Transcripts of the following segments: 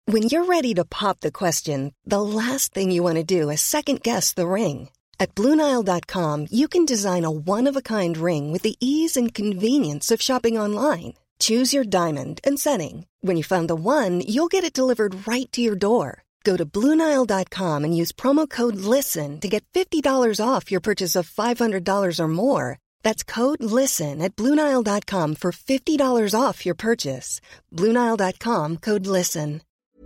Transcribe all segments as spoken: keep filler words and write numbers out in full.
When you're ready to pop the question, the last thing you want to do is second-guess the ring. At Blue Nile dot com, you can design a one-of-a-kind ring with the ease and convenience of shopping online. Choose your diamond and setting. When you find the one, you'll get it delivered right to your door. Go to Blue Nile dot com and use promo code LISTEN to get fifty dollars off your purchase of five hundred dollars or more. That's code LISTEN at Blue Nile dot com for fifty dollars off your purchase. Blue Nile dot com, code LISTEN.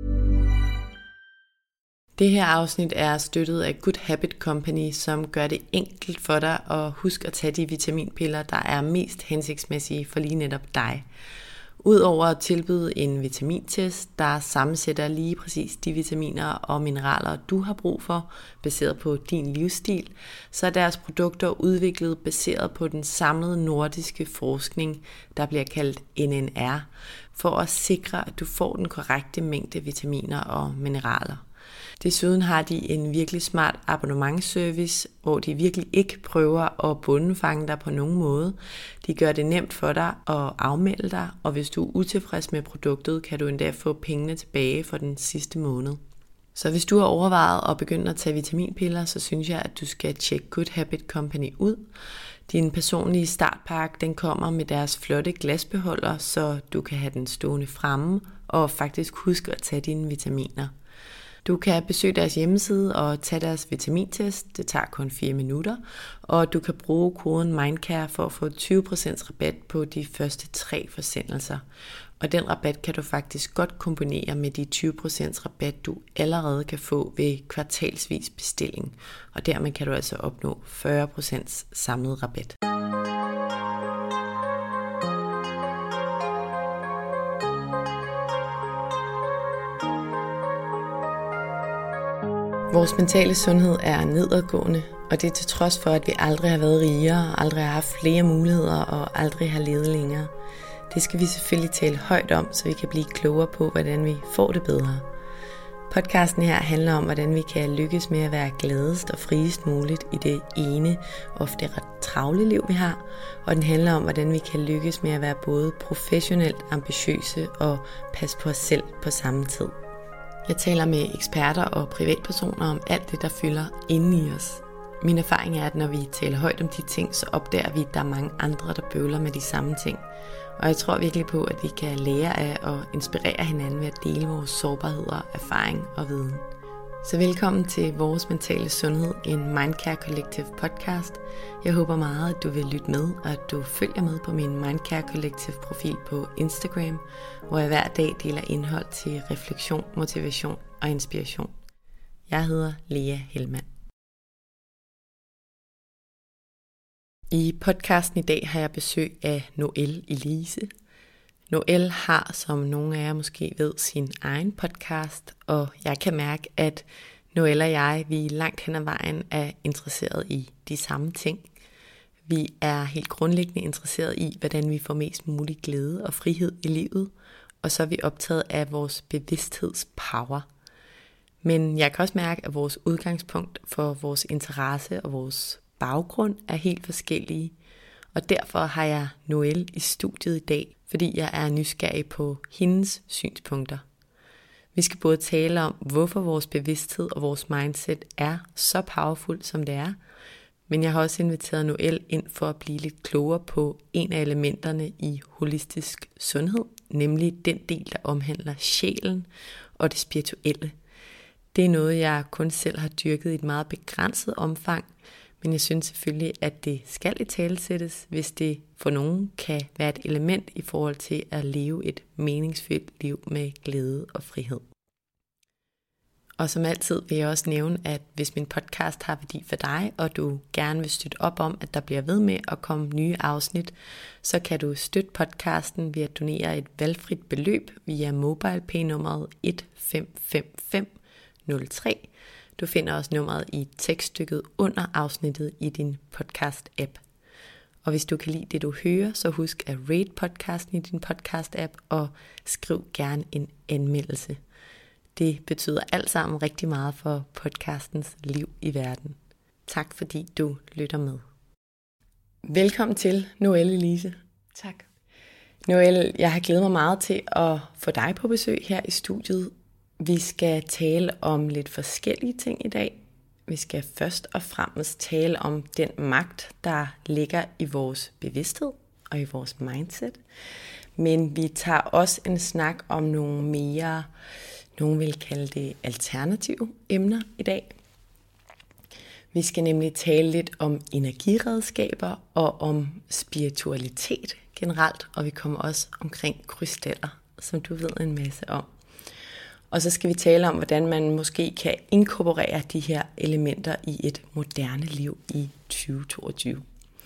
Det her afsnit er støttet af Good Habit Company, som gør det enkelt for dig at huske at tage de vitaminpiller, der er mest hensigtsmæssige for lige netop dig. Udover at tilbyde en vitamintest, der sammensætter lige præcis de vitaminer og mineraler, du har brug for, baseret på din livsstil, så er deres produkter udviklet baseret på den samlede nordiske forskning, der bliver kaldt N N R, for at sikre, at du får den korrekte mængde vitaminer og mineraler. Desuden har de en virkelig smart abonnementsservice, hvor de virkelig ikke prøver at bundefange dig på nogen måde. De gør det nemt for dig at afmelde dig, og hvis du er utilfreds med produktet, kan du endda få pengene tilbage for den sidste måned. Så hvis du har overvejet at begynde at tage vitaminpiller, så synes jeg, at du skal tjekke Good Habit Company ud. Din personlige startpakke, den kommer med deres flotte glasbeholder, så du kan have den stående fremme og faktisk huske at tage dine vitaminer. Du kan besøge deres hjemmeside og tage deres vitamintest. Det tager kun fire minutter. Og du kan bruge koden MINDCARE for at få tyve procent rabat på de første tre forsendelser. Og den rabat kan du faktisk godt kombinere med de tyve procent rabat, du allerede kan få ved kvartalsvis bestilling. Og dermed kan du altså opnå fyrre procent samlet rabat. Vores mentale sundhed er nedadgående, og det er til trods for, at vi aldrig har været rigere, aldrig har haft flere muligheder og aldrig har levet længere. Det skal vi selvfølgelig tale højt om, så vi kan blive klogere på, hvordan vi får det bedre. Podcasten her handler om, hvordan vi kan lykkes med at være gladest og friest muligt i det ene, ofte ret travle liv, vi har. Og den handler om, hvordan vi kan lykkes med at være både professionelt ambitiøse og passe på os selv på samme tid. Jeg taler med eksperter og privatpersoner om alt det, der fylder inde i os. Min erfaring er, at når vi taler højt om de ting, så opdager vi, at der er mange andre, der bøvler med de samme ting. Og jeg tror virkelig på, at vi kan lære af og inspirere hinanden ved at dele vores sårbarheder, erfaring og viden. Så velkommen til Vores Mentale Sundhed, en Mindcare Collective podcast. Jeg håber meget, at du vil lytte med, og at du følger med på min Mindcare Collective profil på Instagram, hvor jeg hver dag deler indhold til refleksion, motivation og inspiration. Jeg hedder Lea Hellmann. I podcasten i dag har jeg besøg af Noelle Elise. Noelle har, som nogle af jer måske ved, sin egen podcast, og jeg kan mærke, at Noelle og jeg, vi langt hen ad vejen er interesseret i de samme ting. Vi er helt grundlæggende interesseret i, hvordan vi får mest mulig glæde og frihed i livet, og så er vi optaget af vores bevidsthedspower. Men jeg kan også mærke, at vores udgangspunkt for vores interesse og vores baggrund er helt forskellige, og derfor har jeg Noelle i studiet i dag, fordi jeg er nysgerrig på hendes synspunkter. Vi skal både tale om, hvorfor vores bevidsthed og vores mindset er så powerful, som det er, men jeg har også inviteret Noelle ind for at blive lidt klogere på en af elementerne i holistisk sundhed, nemlig den del, der omhandler sjælen og det spirituelle. Det er noget, jeg kun selv har dyrket i et meget begrænset omfang, men jeg synes selvfølgelig, at det skal italesættes, hvis det for nogen kan være et element i forhold til at leve et meningsfyldt liv med glæde og frihed. Og som altid vil jeg også nævne, at hvis min podcast har værdi for dig, og du gerne vil støtte op om, at der bliver ved med at komme nye afsnit, så kan du støtte podcasten ved at donere et valgfrit beløb via MobilePay-nummeret et fem fem fem nul tre. Du finder også nummeret i tekststykket under afsnittet i din podcast-app. Og hvis du kan lide det, du hører, så husk at rate podcasten i din podcast-app og skriv gerne en anmeldelse. Det betyder alt sammen rigtig meget for podcastens liv i verden. Tak fordi du lytter med. Velkommen til, Noelle Elise. Tak. Noelle, jeg har glædet mig meget til at få dig på besøg her i studiet. Vi skal tale om lidt forskellige ting i dag. Vi skal først og fremmest tale om den magt, der ligger i vores bevidsthed og i vores mindset. Men vi tager også en snak om nogle mere, nogen vil kalde det alternative emner i dag. Vi skal nemlig tale lidt om energiredskaber og om spiritualitet generelt, og vi kommer også omkring krystaller, som du ved en masse om. Og så skal vi tale om, hvordan man måske kan inkorporere de her elementer i et moderne liv i tyve toogtyve.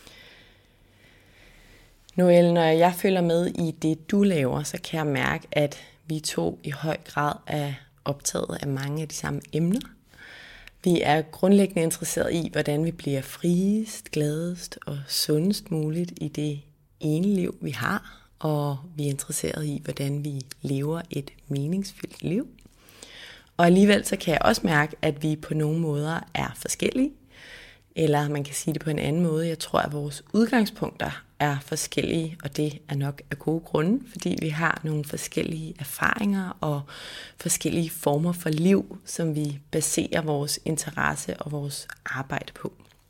Noel, når jeg følger med i det, du laver, så kan jeg mærke, at vi to i høj grad er optaget af mange af de samme emner. Vi er grundlæggende interesseret i, hvordan vi bliver friest, gladest og sundest muligt i det ene liv, vi har. Og vi er interesseret i, hvordan vi lever et meningsfyldt liv. Og alligevel så kan jeg også mærke, at vi på nogle måder er forskellige. Eller man kan sige det på en anden måde. Jeg tror, at vores udgangspunkter er forskellige, og det er nok af gode grunde, fordi vi har nogle forskellige erfaringer og forskellige former for liv, som vi baserer vores interesse og vores arbejde på.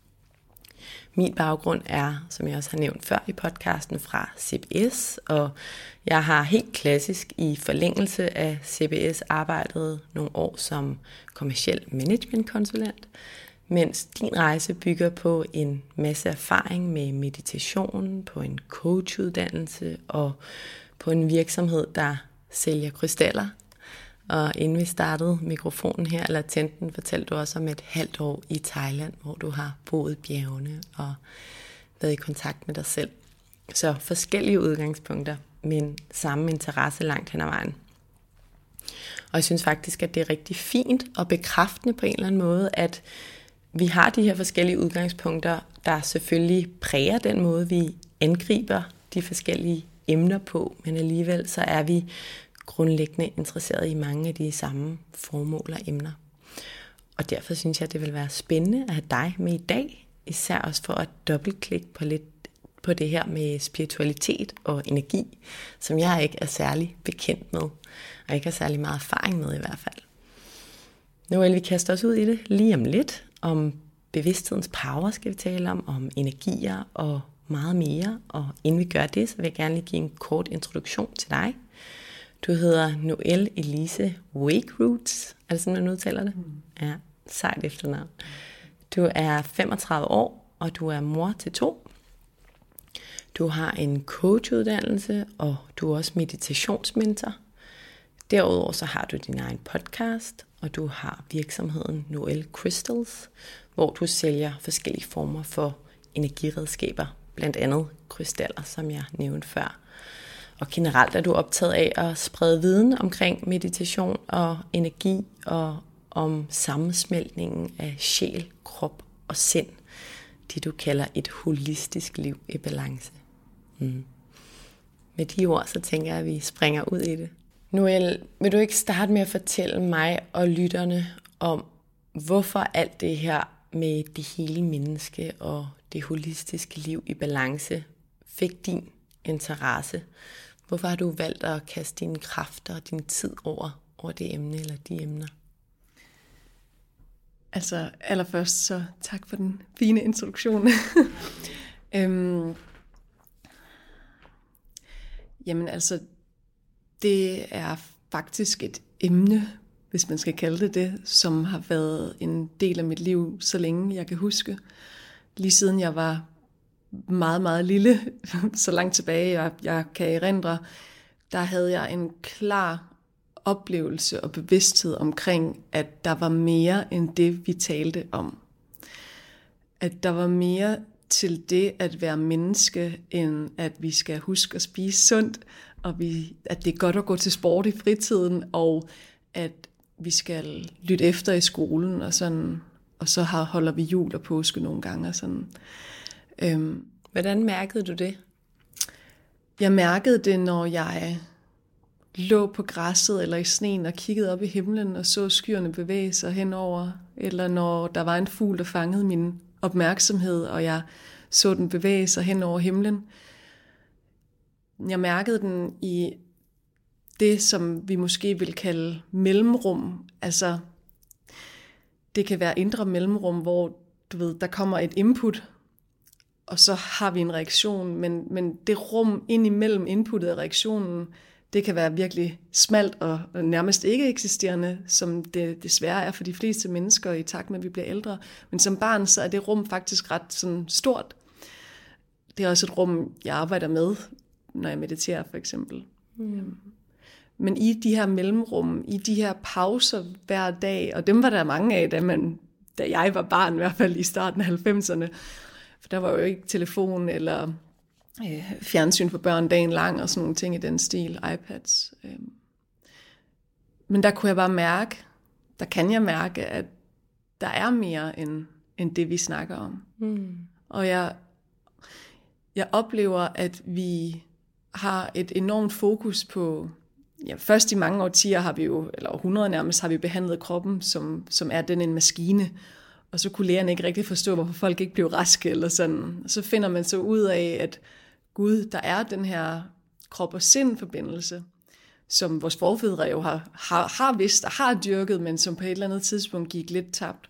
Min baggrund er, som jeg også har nævnt før i podcasten, fra C B S, og jeg har helt klassisk i forlængelse af C B S arbejdet nogle år som kommerciel managementkonsulent, mens din rejse bygger på en masse erfaring med meditation, på en coachuddannelse og på en virksomhed, der sælger krystaller. Og inden vi startede mikrofonen her, eller tændte den, fortalte du også om et halvt år i Thailand, hvor du har boet i bjergene og været i kontakt med dig selv. Så forskellige udgangspunkter, men samme interesse langt hen ad vejen. Og jeg synes faktisk, at det er rigtig fint og bekræftende på en eller anden måde, at vi har de her forskellige udgangspunkter, der selvfølgelig præger den måde, vi angriber de forskellige emner på, men alligevel så er vi grundlæggende interesseret i mange af de samme formål og emner. Og derfor synes jeg, det vil være spændende at have dig med i dag, især også for at dobbeltklikke på lidt på det her med spiritualitet og energi, som jeg ikke er særlig bekendt med, og ikke har særlig meget erfaring med i hvert fald. Nu vil vi kaste os ud i det lige om lidt. Om bevidsthedens power skal vi tale om, om energier og meget mere. Og inden vi gør det, så vil jeg gerne lige give en kort introduktion til dig. Du hedder Noel Elise Wakeroots. Er det sådan, man udtaler det? Mm. Ja, sejt efternavn. Du er femogtredive år, og du er mor til to. Du har en coachuddannelse, og du er også meditationsmentor. Derudover så har du din egen podcast, og du har virksomheden Noel Crystals, hvor du sælger forskellige former for energiredskaber, blandt andet krystaller, som jeg nævnte før. Og generelt er du optaget af at sprede viden omkring meditation og energi og om sammensmeltningen af sjæl, krop og sind, det du kalder et holistisk liv i balance. Mm. Med de ord, så tænker jeg, at vi springer ud i det. Noel, vil du ikke starte med at fortælle mig og lytterne om, hvorfor alt det her med det hele menneske og det holistiske liv i balance fik din interesse? Hvorfor har du valgt at kaste dine kræfter og din tid over, over det emne eller de emner? Altså allerførst så tak for den fine introduktion. øhm, jamen altså, det er faktisk et emne, hvis man skal kalde det det, som har været en del af mit liv, så længe jeg kan huske. Lige siden jeg var meget, meget lille, så langt tilbage jeg, jeg kan erindre, der havde jeg en klar oplevelse og bevidsthed omkring, at der var mere end det, vi talte om. At der var mere til det at være menneske, end at vi skal huske at spise sundt, og vi, at det er godt at gå til sport i fritiden, og at vi skal lytte efter i skolen, og, sådan, og så holder vi jul og påske nogle gange. Og sådan. Øhm, Hvordan mærkede du det? Jeg mærkede det, når jeg lå på græsset eller i sneen og kiggede op i himlen og så skyerne bevæge sig henover, eller når der var en fugl, der fangede min opmærksomhed, og jeg så den bevæge sig hen over himlen. Jeg mærkede den i det, som vi måske vil kalde mellemrum. Altså, det kan være indre mellemrum, hvor du ved, der kommer et input, og så har vi en reaktion, men, men det rum ind imellem inputtet og reaktionen, det kan være virkelig smalt og nærmest ikke eksisterende, som det desværre er for de fleste mennesker i takt med, at vi bliver ældre. Men som barn, så er det rum faktisk ret sådan stort. Det er også et rum, jeg arbejder med, når jeg mediterer for eksempel. Mm. Men i de her mellemrum, i de her pauser hver dag, og dem var der mange af, da, man, da jeg var barn, i hvert fald i starten af halvfemserne, for der var jo ikke telefon eller øh, fjernsyn for børn dagen lang, og sådan nogle ting i den stil, iPads. Øh. Men der kunne jeg bare mærke, der kan jeg mærke, at der er mere end, end det, vi snakker om. Mm. Og jeg, jeg oplever, at vi har et enormt fokus på, ja, først i mange årtier har vi jo, eller århundreder nærmest, har vi behandlet kroppen, som, som er den en maskine. Og så kunne lægerne ikke rigtig forstå, hvorfor folk ikke blev raske eller sådan. Og så finder man så ud af, at Gud, der er den her krop- og sind-forbindelse, som vores forfædre jo har, har, har vidst og har dyrket, men som på et eller andet tidspunkt gik lidt tabt.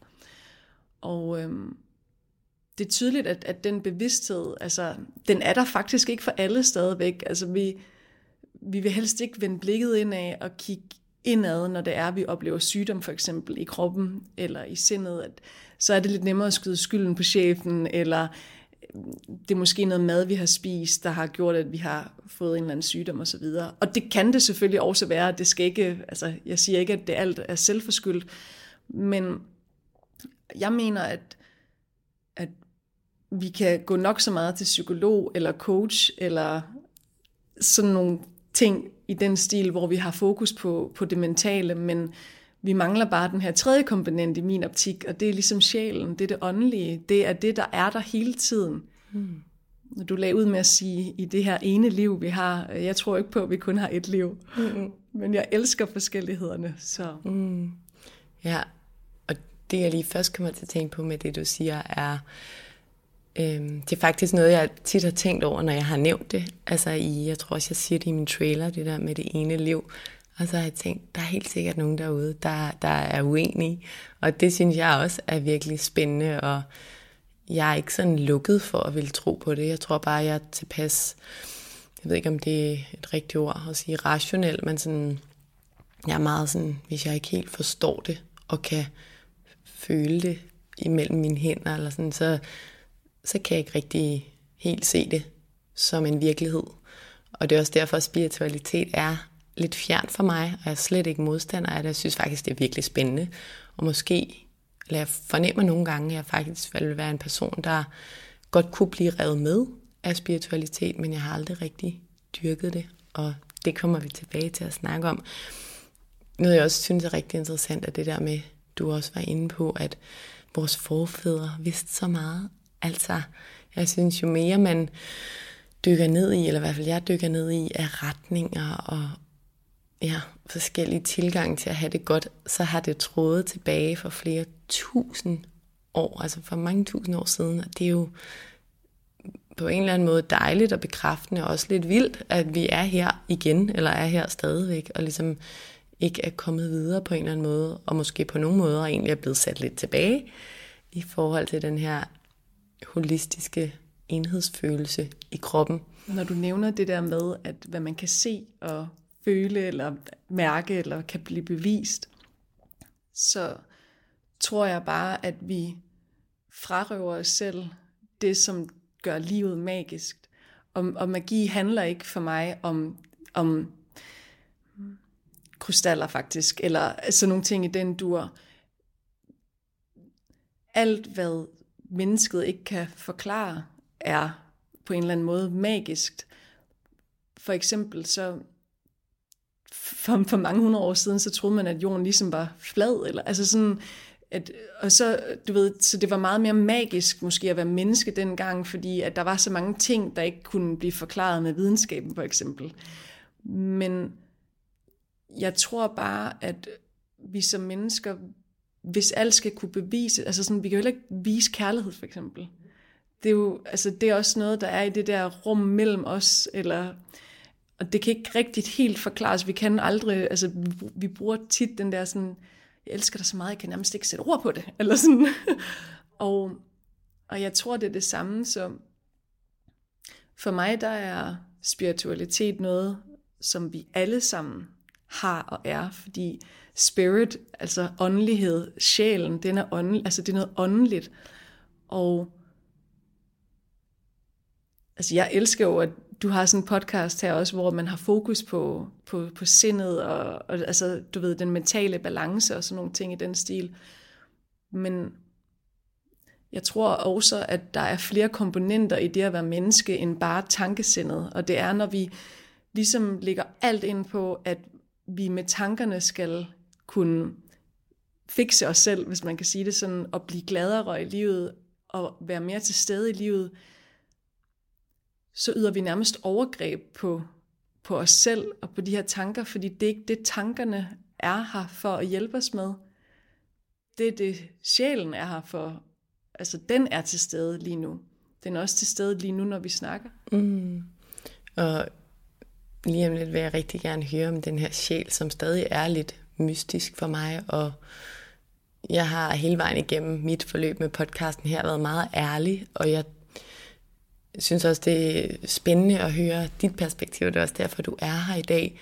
Og øhm, det er tydeligt, at, at den bevidsthed, altså, den er der faktisk ikke for alle stadigvæk. Altså, vi, vi vil helst ikke vende blikket indad og kigge indad, når det er, vi oplever sygdom for eksempel i kroppen eller i sindet, at så er det lidt nemmere at skyde skylden på chefen, eller det er måske noget mad, vi har spist, der har gjort, at vi har fået en eller anden sygdom osv. Og det kan det selvfølgelig også være. Det skal ikke, altså, jeg siger ikke, at det alt er selvforskyldt, men jeg mener, at, at vi kan gå nok så meget til psykolog eller coach, eller sådan nogle ting i den stil, hvor vi har fokus på, på det mentale, men vi mangler bare den her tredje komponent i min optik, og det er ligesom sjælen, det er det åndelige, det er det, der er der hele tiden. Hmm. Når du lagde ud med at sige, i det her ene liv, vi har, jeg tror ikke på, at vi kun har et liv, mm-hmm. men jeg elsker forskellighederne. Så. Mm. Ja, og det jeg lige først kommer til at tænke på med det, du siger, er, øhm, det er faktisk noget, jeg tit har tænkt over, når jeg har nævnt det. Altså, i, jeg tror også, jeg siger det i min trailer, det der med det ene liv. Og så har jeg tænkt, der er helt sikkert nogen derude, der, der er uenige. Og det synes jeg også er virkelig spændende, og jeg er ikke sådan lukket for at ville tro på det. Jeg tror bare, jeg er tilpas, jeg ved ikke, om det er et rigtigt ord at sige rationel, men sådan, jeg er meget sådan, hvis jeg ikke helt forstår det, og kan føle det imellem mine hænder, eller sådan, så, så kan jeg ikke rigtig helt se det som en virkelighed. Og det er også derfor, at spiritualitet er lidt fjernt for mig, og jeg er slet ikke modstander af det. Jeg synes faktisk, det er virkelig spændende. Og måske, eller jeg fornemmer nogle gange, at jeg faktisk vil være en person, der godt kunne blive revet med af spiritualitet, men jeg har aldrig rigtig dyrket det, og det kommer vi tilbage til at snakke om. Noget jeg også synes er rigtig interessant, er det der med, du også var inde på, at vores forfædre vidste så meget. Altså, jeg synes jo mere man dykker ned i, eller i hvert fald jeg dykker ned i, af retninger og ja, forskellige tilgange til at have det godt, så har det trådet tilbage for flere tusind år, altså for mange tusind år siden, og det er jo på en eller anden måde dejligt og bekræftende, og også lidt vildt, at vi er her igen, eller er her stadigvæk, og ligesom ikke er kommet videre på en eller anden måde, og måske på nogle måder egentlig er blevet sat lidt tilbage, i forhold til den her holistiske enhedsfølelse i kroppen. Når du nævner det der med, at hvad man kan se og føle, eller mærke, eller kan blive bevist, så tror jeg bare, at vi frarøver os selv det, som gør livet magisk. Og, og magi handler ikke for mig om, om krystaller faktisk, eller sådan nogle ting i den dur. Alt, hvad mennesket ikke kan forklare, er på en eller anden måde magisk. For eksempel så For, for mange hundrede år siden, så troede man, at jorden ligesom var flad, eller altså sådan, at, og så, du ved, så det var meget mere magisk måske at være menneske dengang, fordi at der var så mange ting, der ikke kunne blive forklaret med videnskaben for eksempel. Men jeg tror bare, at vi som mennesker, hvis alt skal kunne bevise, altså sådan, vi kan jo heller ikke vise kærlighed for eksempel. Det er jo, altså det er også noget, der er i det der rum mellem os, eller og det kan ikke rigtigt helt forklares. Vi kan aldrig, altså vi, vi bruger tit den der sådan, jeg elsker dig så meget, jeg kan nærmest ikke sætte ord på det, eller sådan. og, og jeg tror, det er det samme, så for mig, der er spiritualitet noget, som vi alle sammen har og er, fordi spirit, altså åndelighed, sjælen, den er åndelig, altså det er noget åndeligt. Og altså jeg elsker jo, at du har sådan en podcast her også, hvor man har fokus på, på, på sindet, og, og altså, du ved, den mentale balance og sådan nogle ting i den stil. Men jeg tror også, at der er flere komponenter i det at være menneske, end bare tankesindet. Og det er, når vi ligesom lægger alt ind på, at vi med tankerne skal kunne fikse os selv, hvis man kan sige det sådan, og blive gladere i livet, og være mere til stede i livet, så yder vi nærmest overgreb på, på os selv og på de her tanker, fordi det er ikke det, tankerne er her for at hjælpe os med. Det er det, sjælen er her for. Altså, den er til stede lige nu. Den er også til stede lige nu, når vi snakker. Mm. Og lige om lidt vil jeg rigtig gerne høre om den her sjæl, som stadig er lidt mystisk for mig, og jeg har hele vejen igennem mit forløb med podcasten her været meget ærlig, og jeg synes også, det er spændende at høre dit perspektiv. Det er også derfor, du er her i dag.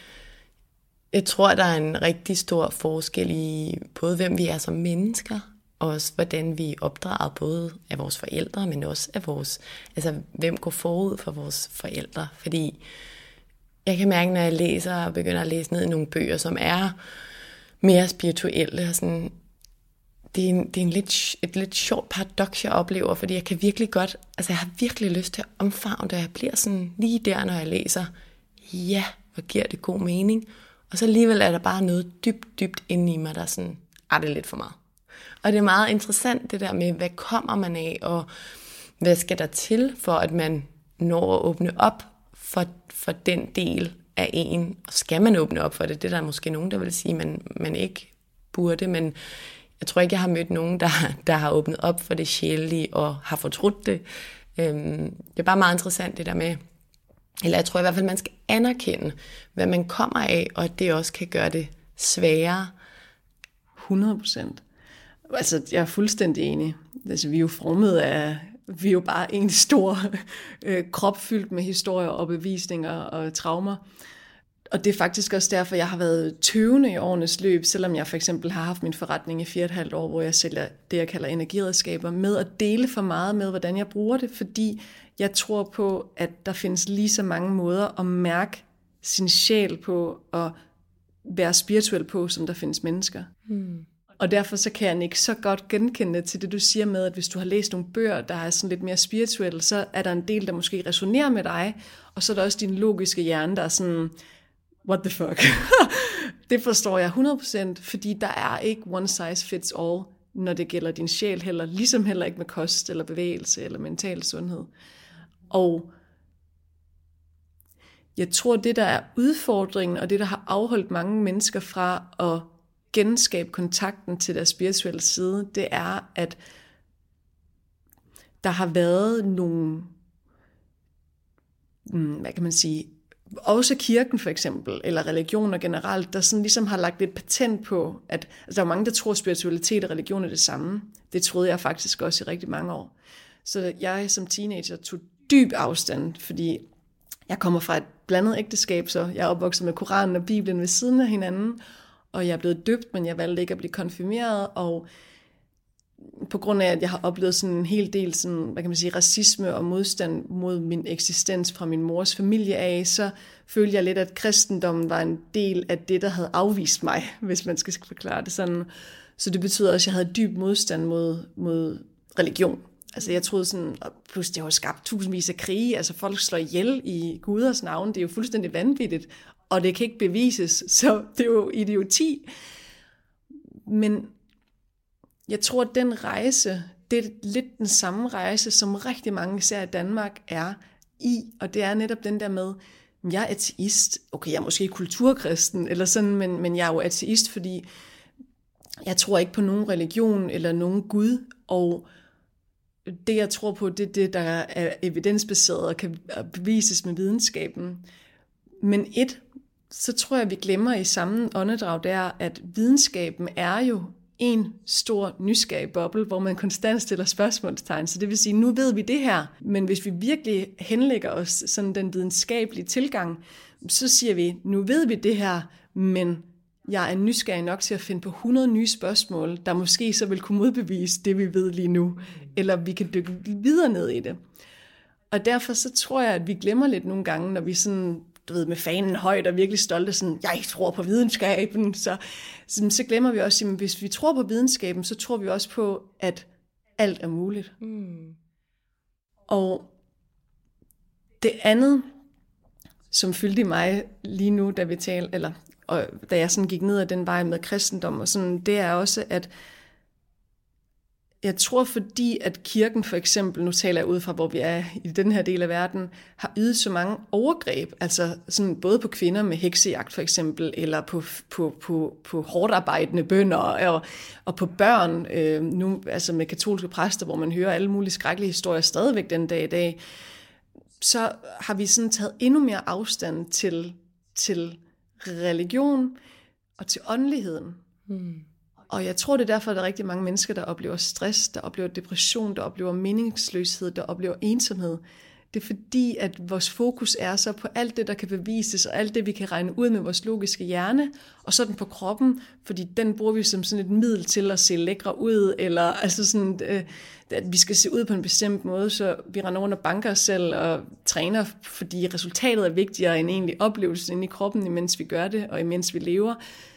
Jeg tror, der er en rigtig stor forskel i både, hvem vi er som mennesker, og også hvordan vi er opdraget både af vores forældre, men også af vores, altså hvem går forud for vores forældre. Fordi jeg kan mærke, når jeg læser og begynder at læse ned i nogle bøger, som er mere spirituelle, og sådan, det er, en, det er en lidt, et lidt sjovt paradoks, jeg oplever, fordi jeg kan virkelig godt, altså jeg har virkelig lyst til at omfavne det, og jeg bliver sådan lige der, når jeg læser, ja, hvor giver det god mening, og så alligevel er der bare noget dybt, dybt inde i mig, der er sådan, ah, det er lidt for meget. Og det er meget interessant det der med, hvad kommer man af, og hvad skal der til, for at man når at åbne op for, for den del af en, og skal man åbne op for det, det er der måske nogen, der vil sige, man, man ikke burde, men jeg tror ikke, jeg har mødt nogen, der, der har åbnet op for det sjælelige og har fortrudt det. Øhm, det er bare meget interessant det der med, eller jeg tror i hvert fald, man skal anerkende, hvad man kommer af, og at det også kan gøre det sværere. hundrede procent. Altså, jeg er fuldstændig enig. Altså, vi er jo formet af, vi er jo bare en stor øh, krop fyldt med historier og bevisninger og traumer. Og det er faktisk også derfor, jeg har været tøvende i årenes løb, selvom jeg for eksempel har haft min forretning i fire og et halvt år, hvor jeg sælger det, jeg kalder energiredskaber, med at dele for meget med, hvordan jeg bruger det, fordi jeg tror på, at der findes lige så mange måder at mærke sin sjæl på og være spirituel på, som der findes mennesker. Hmm. Og derfor så kan jeg ikke så godt genkende til det, du siger med, at hvis du har læst nogle bøger, der er sådan lidt mere spirituelle, så er der en del, der måske resonerer med dig, og så er der også din logiske hjerne, der er sådan, what the fuck? Det forstår jeg hundrede procent, fordi der er ikke one size fits all, når det gælder din sjæl heller, ligesom heller ikke med kost eller bevægelse eller mental sundhed. Og jeg tror, det der er udfordringen, og det der har afholdt mange mennesker fra at genskabe kontakten til deres spirituelle side, det er, at der har været nogle, hvad kan man sige, også kirken for eksempel, eller religioner generelt, der sådan ligesom har lagt et patent på, at altså, der er mange, der tror, at spiritualitet og religion er det samme. Det troede jeg faktisk også i rigtig mange år. Så jeg som teenager tog dyb afstand, fordi jeg kommer fra et blandet ægteskab, så jeg er opvokset med Koranen og Bibelen ved siden af hinanden, og jeg er blevet døbt, men jeg valgte ikke at blive konfirmeret, og på grund af, at jeg har oplevet sådan en hel del sådan, hvad kan man sige, racisme og modstand mod min eksistens fra min mors familie af, så følte jeg lidt, at kristendommen var en del af det, der havde afvist mig, hvis man skal forklare det sådan. Så det betyder også, at jeg havde dyb modstand mod, mod religion. Altså jeg troede sådan, og pludselig har jo skabt tusindvis af krige, altså folk slår ihjel i guders navn, det er jo fuldstændig vanvittigt, og det kan ikke bevises, så det er jo idioti. Men jeg tror, at den rejse, det er lidt den samme rejse, som rigtig mange, især i Danmark, er i, og det er netop den der med, jeg er ateist, okay, jeg er måske kulturkristen, eller sådan, men, men jeg er jo ateist, fordi jeg tror ikke på nogen religion, eller nogen Gud, og det jeg tror på, det er det, der er evidensbaseret, og kan bevises med videnskaben. Men et, så tror jeg, vi glemmer i samme åndedrag, det er, at videnskaben er jo en stor nysgerrig boble, hvor man konstant stiller spørgsmålstegn. Så det vil sige, nu ved vi det her, men hvis vi virkelig henlægger os sådan den videnskabelige tilgang, så siger vi, nu ved vi det her, men jeg er nysgerrig nok til at finde på hundrede nye spørgsmål, der måske så vil kunne modbevise det, vi ved lige nu, eller vi kan dykke videre ned i det. Og derfor så tror jeg, at vi glemmer lidt nogle gange, når vi sådan, du ved, med fanen højt og virkelig stolte, sådan, jeg tror på videnskaben, så, så glemmer vi også, at hvis vi tror på videnskaben, så tror vi også på, at alt er muligt. Mm. Og det andet, som fyldte i mig lige nu, da vi talte, eller og da jeg sådan gik ned ad den vej med kristendom, og sådan, det er også, at jeg tror, fordi at kirken for eksempel, nu taler jeg ud fra, hvor vi er i den her del af verden, har ydet så mange overgreb, altså sådan både på kvinder med heksejagt for eksempel, eller på, på, på, på hårdt arbejdende bønder, og, og på børn, øh, nu altså med katolske præster, hvor man hører alle mulige skrækkelige historier stadigvæk den dag i dag, så har vi sådan taget endnu mere afstand til, til religion og til åndeligheden. Hmm. Og jeg tror, det er derfor, at der er rigtig mange mennesker, der oplever stress, der oplever depression, der oplever meningsløshed, der oplever ensomhed. Det er fordi, at vores fokus er så på alt det, der kan bevises, og alt det, vi kan regne ud med vores logiske hjerne, og sådan på kroppen, fordi den bruger vi som sådan et middel til at se lækre ud, eller altså sådan, øh, at vi skal se ud på en bestemt måde, så vi render rundt og banker os selv og træner, fordi resultatet er vigtigere end egentlig oplevelsen inde i kroppen, imens vi gør det, og imens vi lever.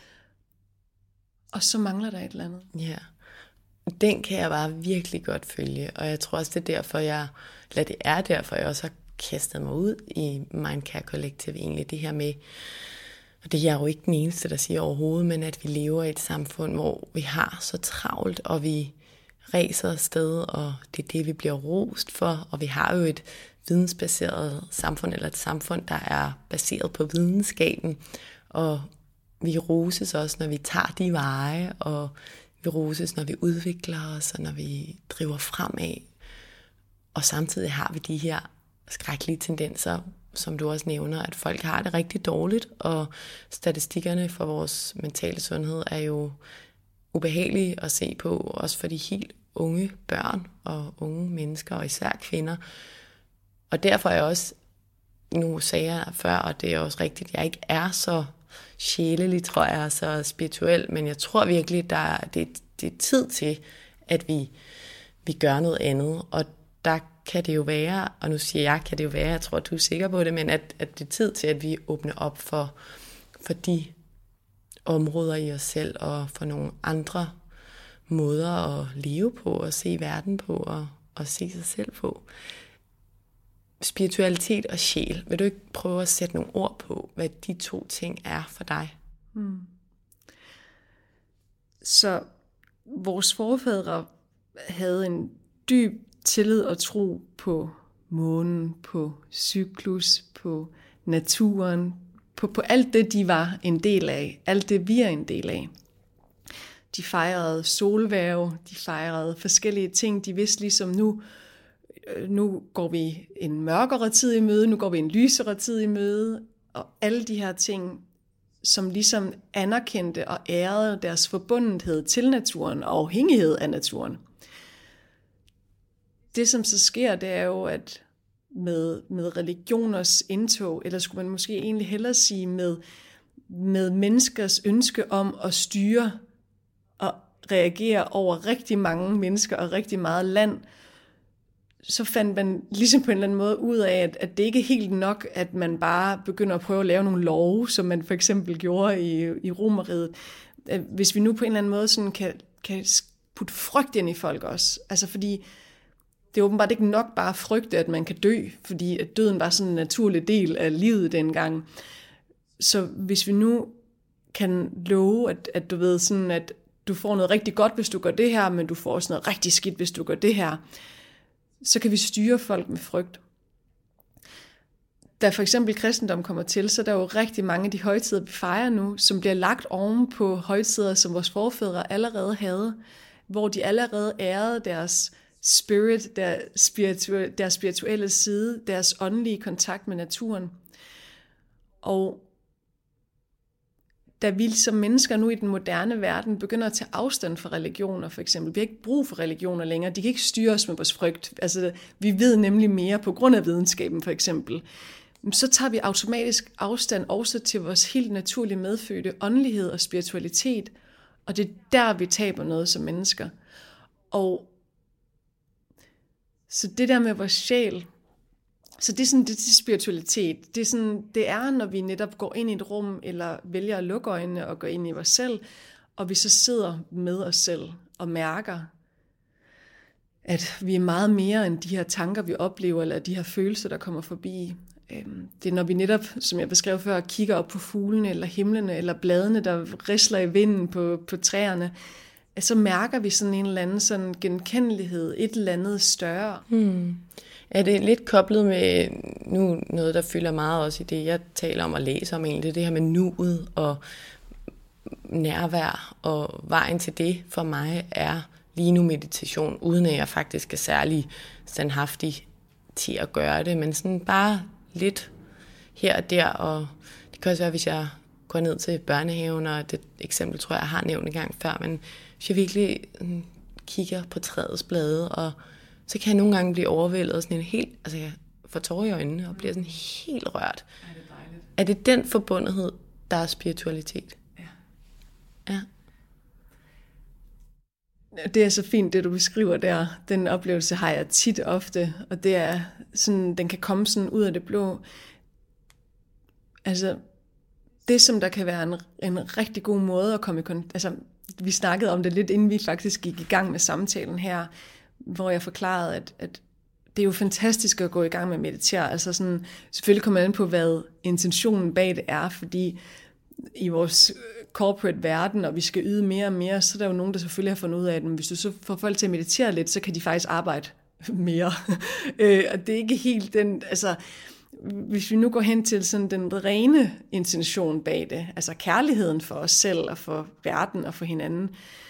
Og så mangler der et eller andet. Ja, den kan jeg bare virkelig godt følge, og jeg tror også, det er derfor, jeg, eller det er derfor, jeg også har kastet mig ud i Mindcare Collective, egentlig det her med, og det er jeg jo ikke den eneste, der siger overhovedet, men at vi lever i et samfund, hvor vi har så travlt, og vi ræser afsted, og det er det, vi bliver rost for, og vi har jo et vidensbaseret samfund, eller et samfund, der er baseret på videnskaben, og vi roses også, når vi tager de veje, og vi roses, når vi udvikler os, og når vi driver fremad. Og samtidig har vi de her skrækkelige tendenser, som du også nævner, at folk har det rigtig dårligt, og statistikkerne for vores mentale sundhed er jo ubehagelige at se på, også for de helt unge børn og unge mennesker, og især kvinder. Og derfor er jeg også, nu sagde jeg før, og det er også rigtigt, at jeg ikke er så sjælelig, tror jeg, så spirituel, men jeg tror virkelig, der det, det er tid til, at vi, vi gør noget andet, og der kan det jo være, og nu siger jeg, kan det jo være, jeg tror, du er sikker på det, men at, at det er tid til, at vi åbner op for, for de områder i os selv, og for nogle andre måder at leve på, og se verden på, og, og se sig selv på. Spiritualitet og sjæl. Vil du ikke prøve at sætte nogle ord på, hvad de to ting er for dig? Hmm. Så vores forfædre havde en dyb tillid og tro på månen, på cyklus, på naturen, på, på alt det, de var en del af, alt det, vi er en del af. De fejrede solværv, de fejrede forskellige ting, de vidste ligesom nu, nu går vi en mørkere tid i møde, nu går vi en lysere tid i møde, og alle de her ting, som ligesom anerkendte og ærede deres forbundethed til naturen og afhængighed af naturen. Det, som så sker, det er jo, at med, med religioners indtog, eller skulle man måske egentlig hellere sige, med, med menneskers ønske om at styre og reagere over rigtig mange mennesker og rigtig meget land, så fandt man ligesom på en eller anden måde ud af, at, at det ikke er helt nok, at man bare begynder at prøve at lave nogle love, som man for eksempel gjorde i, i Romerriget. Hvis vi nu på en eller anden måde sådan kan, kan putte frygt ind i folk også. Altså fordi det er åbenbart ikke nok bare at frygte, at man kan dø, fordi at døden var sådan en naturlig del af livet dengang. Så hvis vi nu kan love, at, at du ved sådan, at du får noget rigtig godt, hvis du gør det her, men du får også noget rigtig skidt, hvis du gør det her, så kan vi styre folk med frygt. Da for eksempel kristendom kommer til, så er der jo rigtig mange af de højtider, vi fejrer nu, som bliver lagt oven på højtider, som vores forfædre allerede havde, hvor de allerede ærede deres spirit, deres, spiritu- deres spirituelle side, deres åndelige kontakt med naturen. Og da vi som mennesker nu i den moderne verden begynder at tage afstand fra religioner for eksempel, vi har ikke brug for religioner længere, de kan ikke styre os med vores frygt, altså vi ved nemlig mere på grund af videnskaben for eksempel, så tager vi automatisk afstand også til vores helt naturlige medfødte åndelighed og spiritualitet, og det er der, vi taber noget som mennesker. Og så det der med vores sjæl, så det er sådan, det er spiritualitet. Det er, sådan, det er, når vi netop går ind i et rum, eller vælger at lukke øjnene og gå ind i os selv, og vi så sidder med os selv og mærker, at vi er meget mere end de her tanker, vi oplever, eller de her følelser, der kommer forbi. Det er, når vi netop, som jeg beskrev før, kigger op på fuglene, eller himlene, eller bladene, der risler i vinden på, på træerne, så mærker vi sådan en eller anden sådan genkendelighed, et eller andet større. Hmm. Er det lidt koblet med nu noget, der fylder meget også i det, jeg taler om og læser om egentlig, det her med nuet og nærvær, og vejen til det for mig er lige nu meditation, uden at jeg faktisk er særlig standhaftig til at gøre det, men sådan bare lidt her og der, og det kan også være, hvis jeg går ned til børnehaven, og det eksempel tror jeg, jeg har nævnt en gang før, men hvis jeg virkelig kigger på træets blade, og så kan jeg nogle gange blive overvældet og sådan en helt, altså jeg får tårer i øjnene og bliver sådan helt rørt. Er det dejligt? Er det den forbundethed, der er spiritualitet? Ja. Ja. Det er så fint, det du beskriver der. Den oplevelse har jeg tit ofte, og det er sådan, den kan komme sådan ud af det blå. Altså, det som der kan være en, en rigtig god måde at komme i kontakt, altså vi snakkede om det lidt, inden vi faktisk gik i gang med samtalen her, hvor jeg forklarede, at, at det er jo fantastisk at gå i gang med at meditere. Altså sådan, selvfølgelig kommer man an på, hvad intentionen bag det er, fordi i vores corporate verden, og vi skal yde mere og mere, så er der jo nogen, der selvfølgelig har fundet ud af, at hvis du så får folk til at meditere lidt, så kan de faktisk arbejde mere. Og det er ikke helt den, altså hvis vi nu går hen til sådan den rene intention bag det, altså kærligheden for os selv og for verden og for hinanden,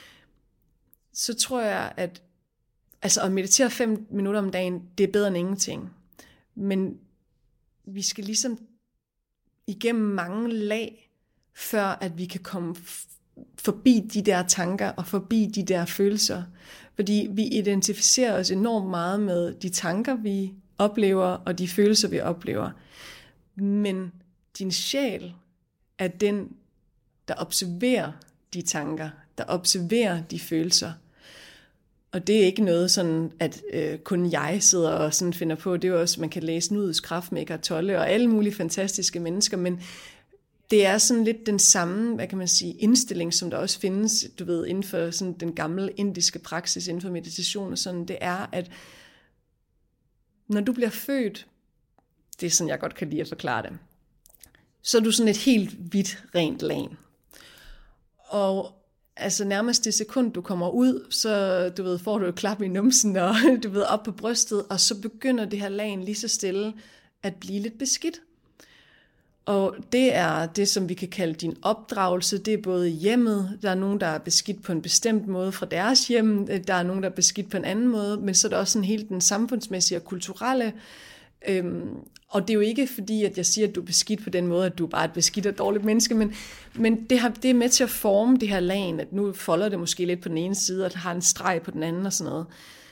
så tror jeg, at altså at meditere fem minutter om dagen, det er bedre end ingenting. Men vi skal ligesom igennem mange lag, før at vi kan komme forbi de der tanker og forbi de der følelser. Fordi vi identificerer os enormt meget med de tanker, vi oplever, og de følelser, vi oplever. Men din sjæl er den, der observerer de tanker, der observerer de følelser. Og det er ikke noget sådan, at øh, kun jeg sidder og sådan finder på. Det er jo også, man kan læse Nuets Kraft med Eckhart Tolle og alle mulige fantastiske mennesker, men det er sådan lidt den samme, hvad kan man sige, indstilling, som der også findes, du ved, inden for sådan den gamle indiske praksis, inden for meditation og sådan, det er, at når du bliver født, det er sådan, jeg godt kan lide at forklare det, så er du sådan et helt hvidt, rent lagen. Og altså nærmest det sekund, du kommer ud, så du ved, får du et klap i numsen, og du ved, op på brystet, og så begynder det her lagen lige så stille at blive lidt beskidt. Og det er det, som vi kan kalde din opdragelse. Det er både hjemmet, der er nogen, der er beskidt på en bestemt måde fra deres hjem, der er nogen, der er beskidt på en anden måde, men så er der også sådan helt den samfundsmæssige og kulturelle. Øhm, og det er jo ikke fordi, at jeg siger, at du er beskidt på den måde, at du er bare et beskidt og dårligt menneske, men, men det, har, det er med til at forme det her lagen, at nu folder det måske lidt på den ene side, og har en streg på den anden og sådan noget.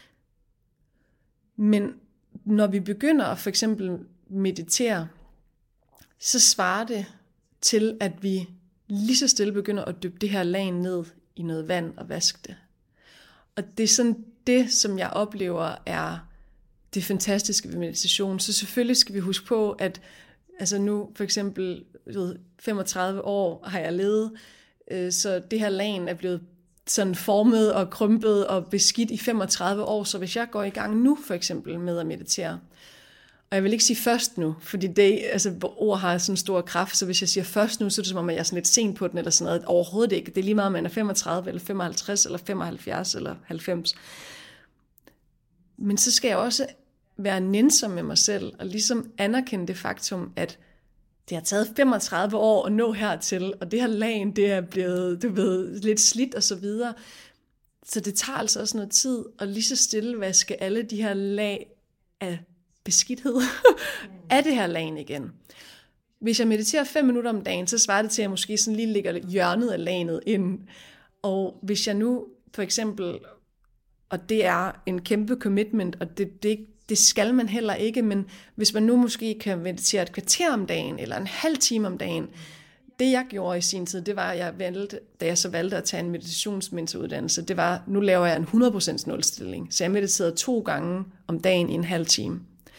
Men når vi begynder at for eksempel meditere, så svarer det til, at vi lige så stille begynder at dyppe det her lag ned i noget vand og vaske det. Og det er sådan det, som jeg oplever er det fantastiske ved meditation. Så selvfølgelig skal vi huske på, at altså nu for eksempel ved femogtredive år har jeg levet, så det her lag er blevet sådan formet og krympet og beskidt i femogtredive år. Så hvis jeg går i gang nu for eksempel med at meditere, og jeg vil ikke sige først nu, fordi det, altså, ord har sådan stor kraft, så hvis jeg siger først nu, så er det som om, at jeg er sådan lidt sent på den, eller sådan noget. Overhovedet ikke. Det er lige meget, om man er femogtredive, eller femoghalvtreds, eller femoghalvfjerds, eller halvfems. Men så skal jeg også være nænsom med mig selv, og ligesom anerkende det faktum, at det har taget femogtredive år at nå hertil, og det her lagen, det er blevet, du ved, lidt slidt og så videre. Så det tager altså også noget tid, at lige så stille vaske alle de her lag af beskidthed af det her lagen igen. Hvis jeg mediterer fem minutter om dagen, så svarer det til, at jeg måske sådan lige lægger hjørnet af lanet ind. Og hvis jeg nu for eksempel, og det er en kæmpe commitment, og det, det, det skal man heller ikke, men hvis man nu måske kan meditere et kvarter om dagen, eller en halv time om dagen, det jeg gjorde i sin tid, det var, at jeg valgte, da jeg så valgte at tage en meditationsmentoruddannelse, det var, nu laver jeg en hundrede procent nulstilling. Så jeg mediterede to gange om dagen i en halv time.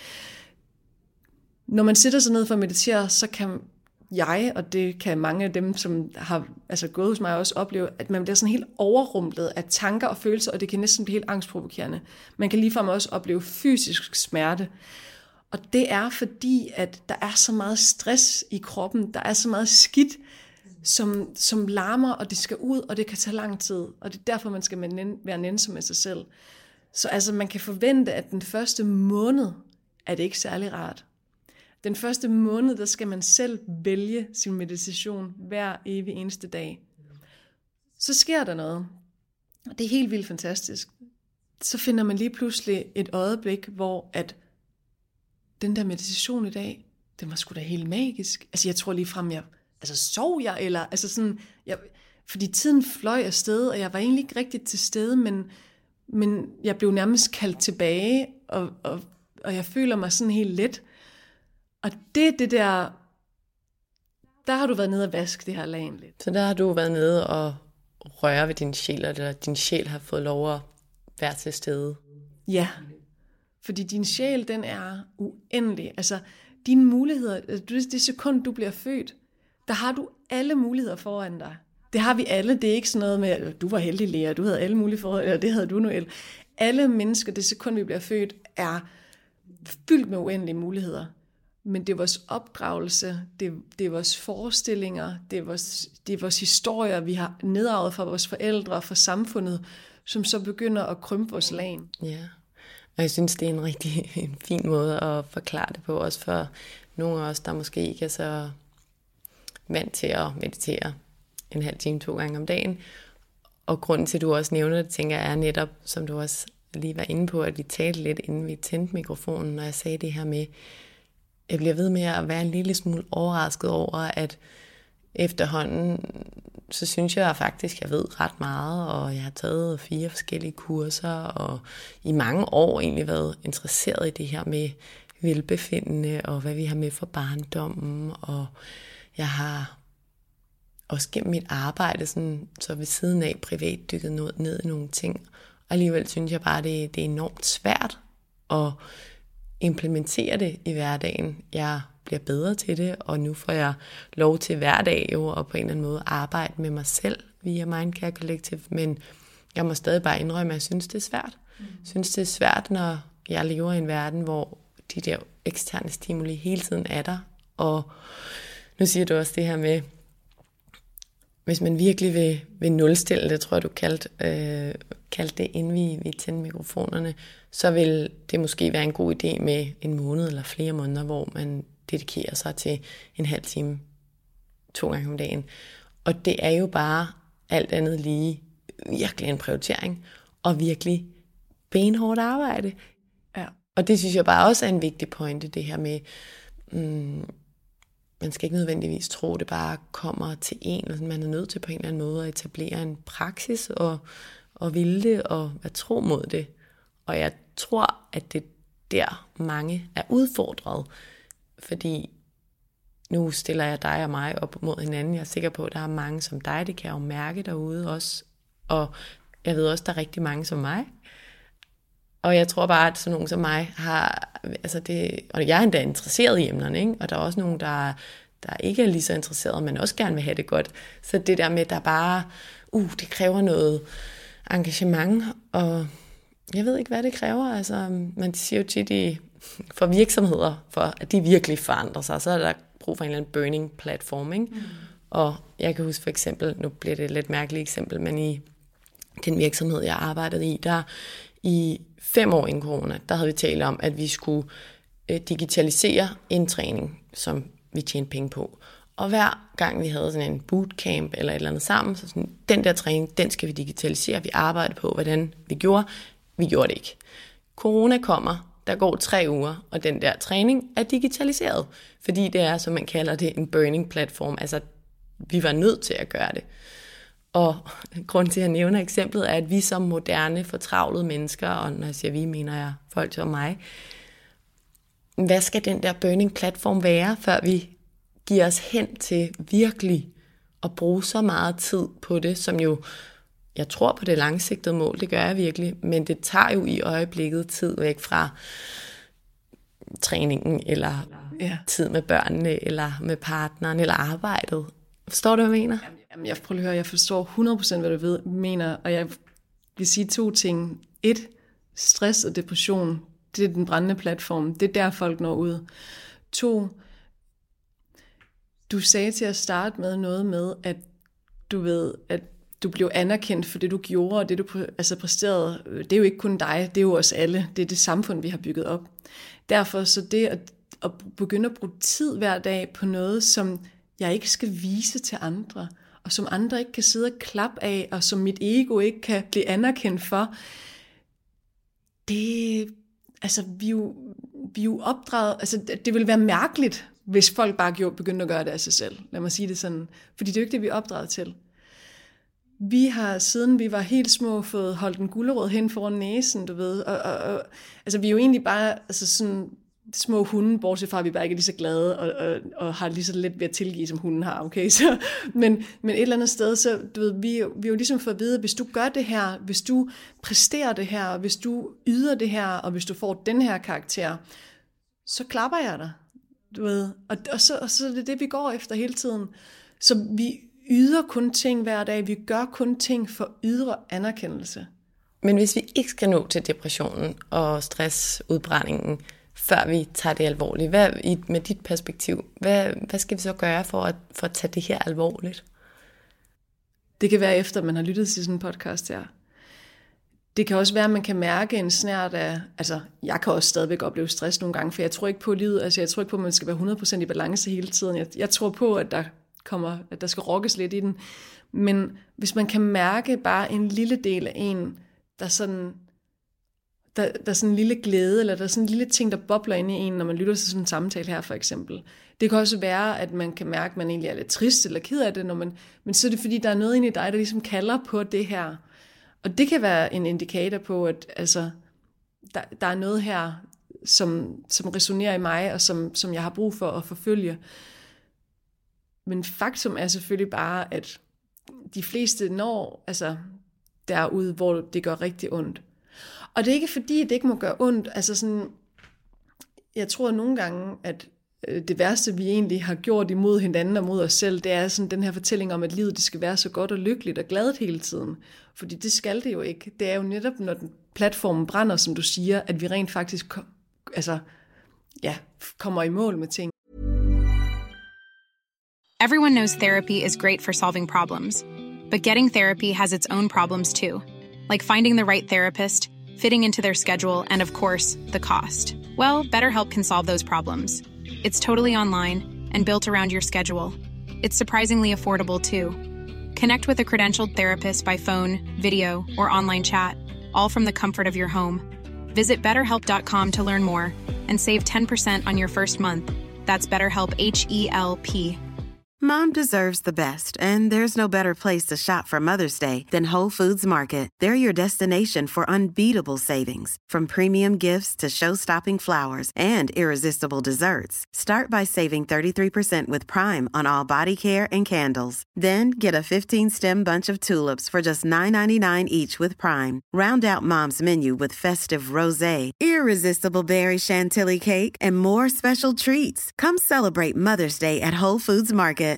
Når man sætter sig ned for at meditere, så kan jeg, og det kan mange af dem, som har altså, gået hos mig også opleve, at man bliver sådan helt overrumplet af tanker og følelser, og det kan næsten blive helt angstprovokerende. Man kan ligefrem også opleve fysisk smerte. Og det er fordi, at der er så meget stress i kroppen, der er så meget skidt, som, som larmer, og det skal ud, og det kan tage lang tid. Og det er derfor, man skal være nænsom med sig selv. Så altså, man kan forvente, at den første måned er det ikke særlig rart. Den første måned, der skal man selv vælge sin meditation hver evig eneste dag. Så sker der noget. Det er helt vildt fantastisk. Så finder man lige pludselig et øjeblik, hvor at den der meditation i dag, den var sgu da helt magisk. Altså jeg tror lige frem, jeg, altså sov jeg, eller altså sådan, jeg, fordi tiden fløj afsted, og jeg var egentlig ikke rigtig til stede, men, men jeg blev nærmest kaldt tilbage, og, og, og jeg føler mig sådan helt let. Og det er det der, der har du været nede og vaske det her lagen lidt. Så der har du været nede og røre ved din sjæl, eller din sjæl har fået lov at være til stede. Ja, fordi din sjæl, den er uendelig. Altså, dine muligheder, det sekund, du bliver født, der har du alle muligheder foran dig. Det har vi alle. Det er ikke sådan noget med, at du var heldig, Lea, du havde alle mulige forhold, eller det havde du, Noel. Alle mennesker, det sekund, vi bliver født, er fyldt med uendelige muligheder. Men det er vores opdragelse, det, det er vores forestillinger, det er vores, det er vores historier, vi har nedarvet fra vores forældre og fra samfundet, som så begynder at krympe vores lagen. Ja, og jeg synes, det er en rigtig en fin måde at forklare det på, også for nogle af os, der måske ikke er så vant til at meditere en halv time to gange om dagen. Og grunden til, at du også nævner det, tænker jeg, er netop, som du også lige var inde på, at vi talte lidt, inden vi tændte mikrofonen, når jeg sagde det her med, jeg bliver ved med at være en lille smule overrasket over, at efterhånden, så synes jeg faktisk, at jeg ved ret meget, og jeg har taget fire forskellige kurser, og i mange år egentlig været interesseret i det her med velbefindende, og hvad vi har med for barndommen, og jeg har også gennem mit arbejde, sådan, så ved siden af privat dykket ned i nogle ting, og alligevel synes jeg bare, det, det er enormt svært at implementere det i hverdagen. Jeg bliver bedre til det, og nu får jeg lov til hver dag jo, og på en eller anden måde arbejde med mig selv via Mindcare Collective, men jeg må stadig bare indrømme, at jeg synes, det er svært. Jeg mm. synes, det er svært, når jeg lever i en verden, hvor de der eksterne stimuli hele tiden er der, og nu siger du også det her med, hvis man virkelig vil, vil nulstille, det tror jeg, du kaldte, øh, kaldte det, inden vi, vi tændte mikrofonerne, så vil det måske være en god idé med en måned eller flere måneder, hvor man dedikerer sig til en halv time to gange om dagen. Og det er jo bare alt andet lige virkelig en prioritering, og virkelig benhårdt arbejde. Ja. Og det synes jeg bare også er en vigtig pointe, det her med, mm, man skal ikke nødvendigvis tro, at det bare kommer til en, eller man er nødt til på en eller anden måde at etablere en praksis, og, og ville det, og være tro mod det. Og jeg tror, at det er der mange er udfordret, fordi nu stiller jeg dig og mig op mod hinanden. Jeg er sikker på, at der er mange som dig, det kan jeg jo mærke derude også. Og jeg ved også, at der er rigtig mange som mig. Og jeg tror bare, at sådan nogen som mig har, altså det, og jeg er endda interesseret i emnerne, ikke? Og der er også nogen, der, der ikke er lige så interesseret, men også gerne vil have det godt. Så det der med, at der bare, uh, det kræver noget engagement, og jeg ved ikke, hvad det kræver. Altså, man siger jo tit i, for virksomheder, for at de virkelig forandrer sig, så er der brug for en eller anden burning platform, ikke? Mm. Og jeg kan huske for eksempel, nu bliver det et lidt mærkeligt eksempel, men i den virksomhed, jeg arbejdede i, der i fem år inden corona, der havde vi talt om, at vi skulle øh, digitalisere en træning, som vi tjente penge på. Og hver gang vi havde sådan en bootcamp eller et eller andet sammen, så sådan, den der træning, den skal vi digitalisere. Vi arbejdede på, hvordan vi gjorde. Vi gjorde det ikke. Corona kommer, der går tre uger, og den der træning er digitaliseret, fordi det er, som man kalder det, en burning platform. Altså, vi var nødt til at gøre det. Og grunden til, at jeg nævner eksemplet, er, at vi som moderne, fortravlede mennesker, og når jeg siger vi, mener jeg folk som mig, hvad skal den der burning platform være, før vi giver os hen til virkelig at bruge så meget tid på det, som jo, jeg tror på det langsigtede mål, det gør jeg virkelig, men det tager jo i øjeblikket tid væk fra træningen, eller ja. tid med børnene, eller med partneren, eller arbejdet. Forstår du, hvad jeg mener? Jamen, jeg prøver at høre, jeg forstår hundrede procent, hvad du ved, mener, og jeg vil sige to ting. Et, stress og depression, det er den brændende platform, det er der folk når ud. To, du sagde til at starte med noget med, at du ved, at du blev anerkendt for det, du gjorde, og det, du altså præsterede. Det er jo ikke kun dig, det er jo os alle. Det er det samfund, vi har bygget op. Derfor så det at, at begynde at bruge tid hver dag på noget, som jeg ikke skal vise til andre, og som andre ikke kan sidde og klappe af, og som mit ego ikke kan blive anerkendt for, det, altså, vi er jo, vi er jo opdraget, altså, det ville være mærkeligt, hvis folk bare gjorde, begyndte at gøre det af sig selv. Lad mig sige det sådan. Fordi det er jo ikke det, vi er opdraget til. Vi har, siden vi var helt små, fået holdt en gulerod hen foran næsen, du ved. Og, og, og, altså, vi er jo egentlig bare altså, sådan små hunde, bortset fra, at vi bare ikke er lige så glade, og, og, og har lige så let ved at tilgive, som hunden har, okay? Så, men, men et eller andet sted, så du ved, vi, vi er jo ligesom for at vide, hvis du gør det her, hvis du præsterer det her, hvis du yder det her, og hvis du får den her karakter, så klapper jeg dig. Du ved, og, og, så, og så er det det, vi går efter hele tiden. Så vi yder kun ting hver dag, vi gør kun ting for ydre anerkendelse. Men hvis vi ikke skal nå til depressionen og stressudbrændingen, før vi tager det alvorligt, hvad, med dit perspektiv, hvad, hvad skal vi så gøre for at, for at tage det her alvorligt? Det kan være efter, at man har lyttet til sådan en podcast her. Det kan også være, at man kan mærke en snert af, altså jeg kan også stadigvæk opleve stress nogle gange, for jeg tror ikke på livet, altså jeg tror ikke på, at man skal være hundrede procent i balance hele tiden. Jeg, jeg tror på, at der kommer, at der skal rokkes lidt i den. Men hvis man kan mærke bare en lille del af en, der sådan, der, der er sådan en lille glæde, eller der er sådan en lille ting, der bobler ind i en, når man lytter til sådan en samtale her for eksempel. Det kan også være, at man kan mærke, at man egentlig er lidt trist eller ked af det, når man, men så er det fordi, der er noget inde i dig, der ligesom kalder på det her. Og det kan være en indikator på, at altså, der, der er noget her, som, som resonerer i mig, og som, som jeg har brug for at forfølge. Men faktum er selvfølgelig bare, at de fleste når altså, derude, hvor det gør rigtig ondt. Og det er ikke fordi, det ikke må gøre ondt. Altså sådan, jeg tror nogle gange, at det værste, vi egentlig har gjort imod hinanden og mod os selv, det er sådan den her fortælling om, at livet det skal være så godt og lykkeligt og gladt hele tiden. Fordi det skal det jo ikke. Det er jo netop, når den platformen brænder, som du siger, at vi rent faktisk altså, ja, kommer i mål med ting. Everyone knows therapy is great for solving problems. But getting therapy has its own problems too. Like finding the right therapist, fitting into their schedule, and of course, the cost. Well, BetterHelp can solve those problems. It's totally online and built around your schedule. It's surprisingly affordable, too. Connect with a credentialed therapist by phone, video, or online chat, all from the comfort of your home. Visit better help dot com to learn more and save ten percent on your first month. That's BetterHelp, H E L P. Mom deserves the best, and there's no better place to shop for Mother's Day than Whole Foods Market. They're your destination for unbeatable savings, from premium gifts to show-stopping flowers and irresistible desserts. Start by saving thirty-three percent with Prime on all body care and candles. Then get a fifteen-stem bunch of tulips for just nine ninety-nine each with Prime. Round out Mom's menu with festive rosé, irresistible berry chantilly cake, and more special treats. Come celebrate Mother's Day at Whole Foods Market.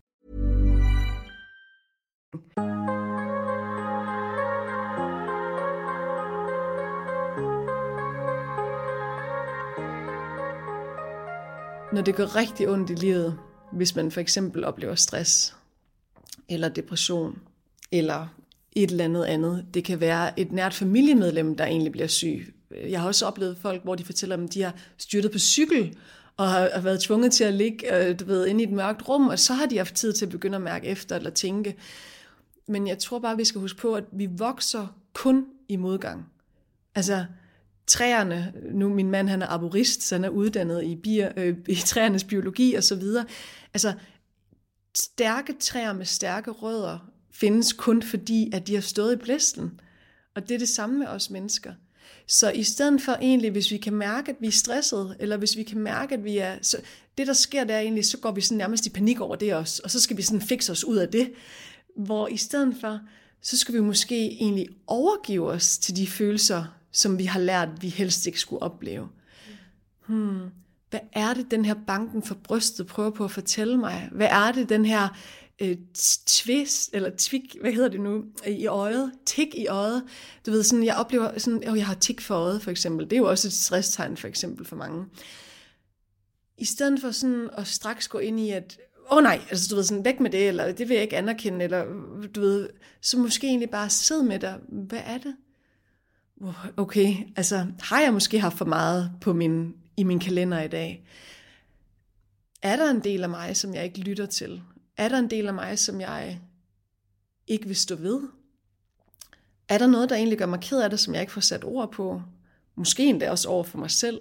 Når det gør rigtig ondt i livet, hvis man for eksempel oplever stress, eller depression, eller et eller andet andet. Det kan være et nært familiemedlem, der egentlig bliver syg. Jeg har også oplevet folk, hvor de fortæller, at de har styrtet på cykel, og har været tvunget til at ligge du ved, inde i et mørkt rum, og så har de haft tid til at begynde at mærke efter eller tænke. Men jeg tror bare, vi skal huske på, at vi vokser kun i modgang. Altså, træerne, nu min mand han er arborist, så han er uddannet i, bier, øh, i træernes biologi og så videre. Altså stærke træer med stærke rødder findes kun fordi, at de har stået i blæsten. Og det er det samme med os mennesker. Så i stedet for egentlig, hvis vi kan mærke, at vi er stressede, eller hvis vi kan mærke, at vi er... Så det, der sker, der egentlig, så går vi sådan nærmest i panik over det også, og så skal vi sådan fikse os ud af det. Hvor i stedet for, så skal vi måske egentlig overgive os til de følelser, som vi har lært, vi helst ikke skulle opleve. Hmm. Hvad er det, den her banken for brystet prøver på at fortælle mig? Hvad er det, den her øh, twist, eller tvik, hvad hedder det nu, i øjet? Tik i øjet. Du ved, sådan, jeg oplever, sådan, oh, jeg har tik for øjet, for eksempel. Det er jo også et stresstegn, for eksempel, for mange. I stedet for sådan at straks gå ind i, at åh oh, nej, altså du ved, sådan væk med det, eller det vil jeg ikke anerkende, eller du ved, så måske egentlig bare sidde med dig. Hvad er det? Okay, altså har jeg måske haft for meget på min, i min kalender i dag? Er der en del af mig, som jeg ikke lytter til? Er der en del af mig, som jeg ikke vil stå ved? Er der noget, der egentlig gør mig ked af det, som jeg ikke får sat ord på? Måske endda også over for mig selv.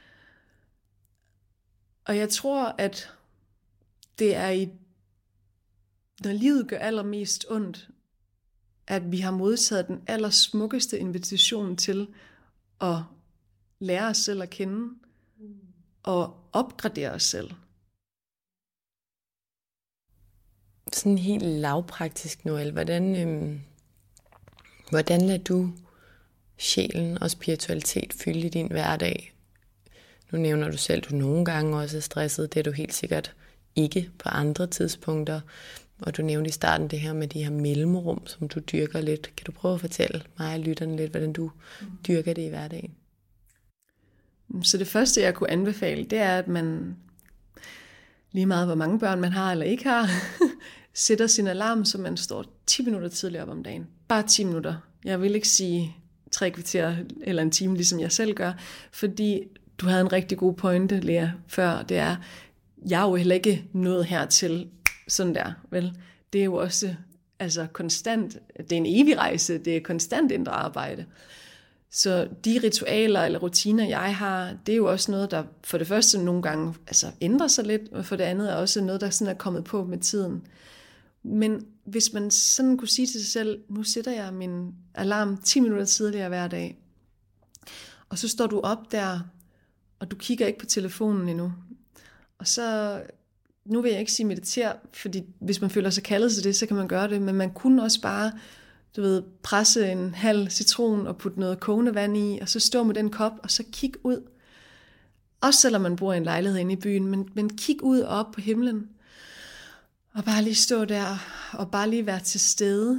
Og jeg tror, at det er i, når livet gør allermest ondt, at vi har modtaget den allersmukkeste invitation til at lære os selv at kende og opgradere os selv. Sådan helt lavpraktisk, Noel, hvordan, øhm, hvordan lader du sjælen og spiritualitet fylde i din hverdag? Nu nævner du selv, at du nogle gange også er stresset. Det er du helt sikkert ikke på andre tidspunkter. Og du nævnte i starten det her med de her mellemrum, som du dyrker lidt. Kan du prøve at fortælle mig og lytterne lidt, hvordan du dyrker det i hverdagen? Så det første, jeg kunne anbefale, det er, at man lige meget, hvor mange børn man har eller ikke har, sætter sin alarm, så man står ti minutter tidligere op om dagen. Bare ti minutter. Jeg vil ikke sige tre kvarter eller en time, ligesom jeg selv gør, fordi du havde en rigtig god pointe, Lea, før. Det er, jeg er jo heller ikke nået hertil sådan der, vel? Det er jo også altså konstant, det er en evig rejse, det er konstant indre arbejde. Så de ritualer eller rutiner, jeg har, det er jo også noget, der for det første nogle gange altså, ændrer sig lidt, og for det andet er også noget, der sådan er kommet på med tiden. Men hvis man sådan kunne sige til sig selv, nu sætter jeg min alarm ti minutter tidligere hver dag, og så står du op der, og du kigger ikke på telefonen endnu. Og så, nu vil jeg ikke sige meditere, fordi hvis man føler sig kaldet til det, så kan man gøre det, men man kunne også bare, du ved, presse en halv citron og putte noget kogende vand i, og så stå med den kop, og så kig ud. Også selvom man bor i en lejlighed inde i byen, men, men kig ud og op på himlen, og bare lige stå der, og bare lige være til stede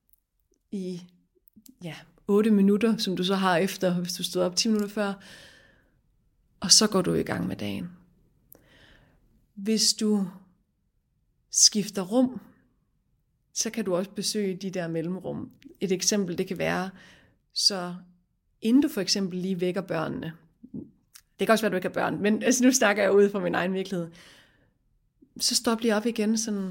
i, ja, otte minutter, som du så har efter, hvis du stod op ti minutter før, og så går du i gang med dagen. Hvis du skifter rum, så kan du også besøge de der mellemrum. Et eksempel, det kan være, så inden du for eksempel lige vækker børnene, det kan også være, at du ikke har børn, men altså, nu snakker jeg ud fra min egen virkelighed, så stop lige op igen, sådan,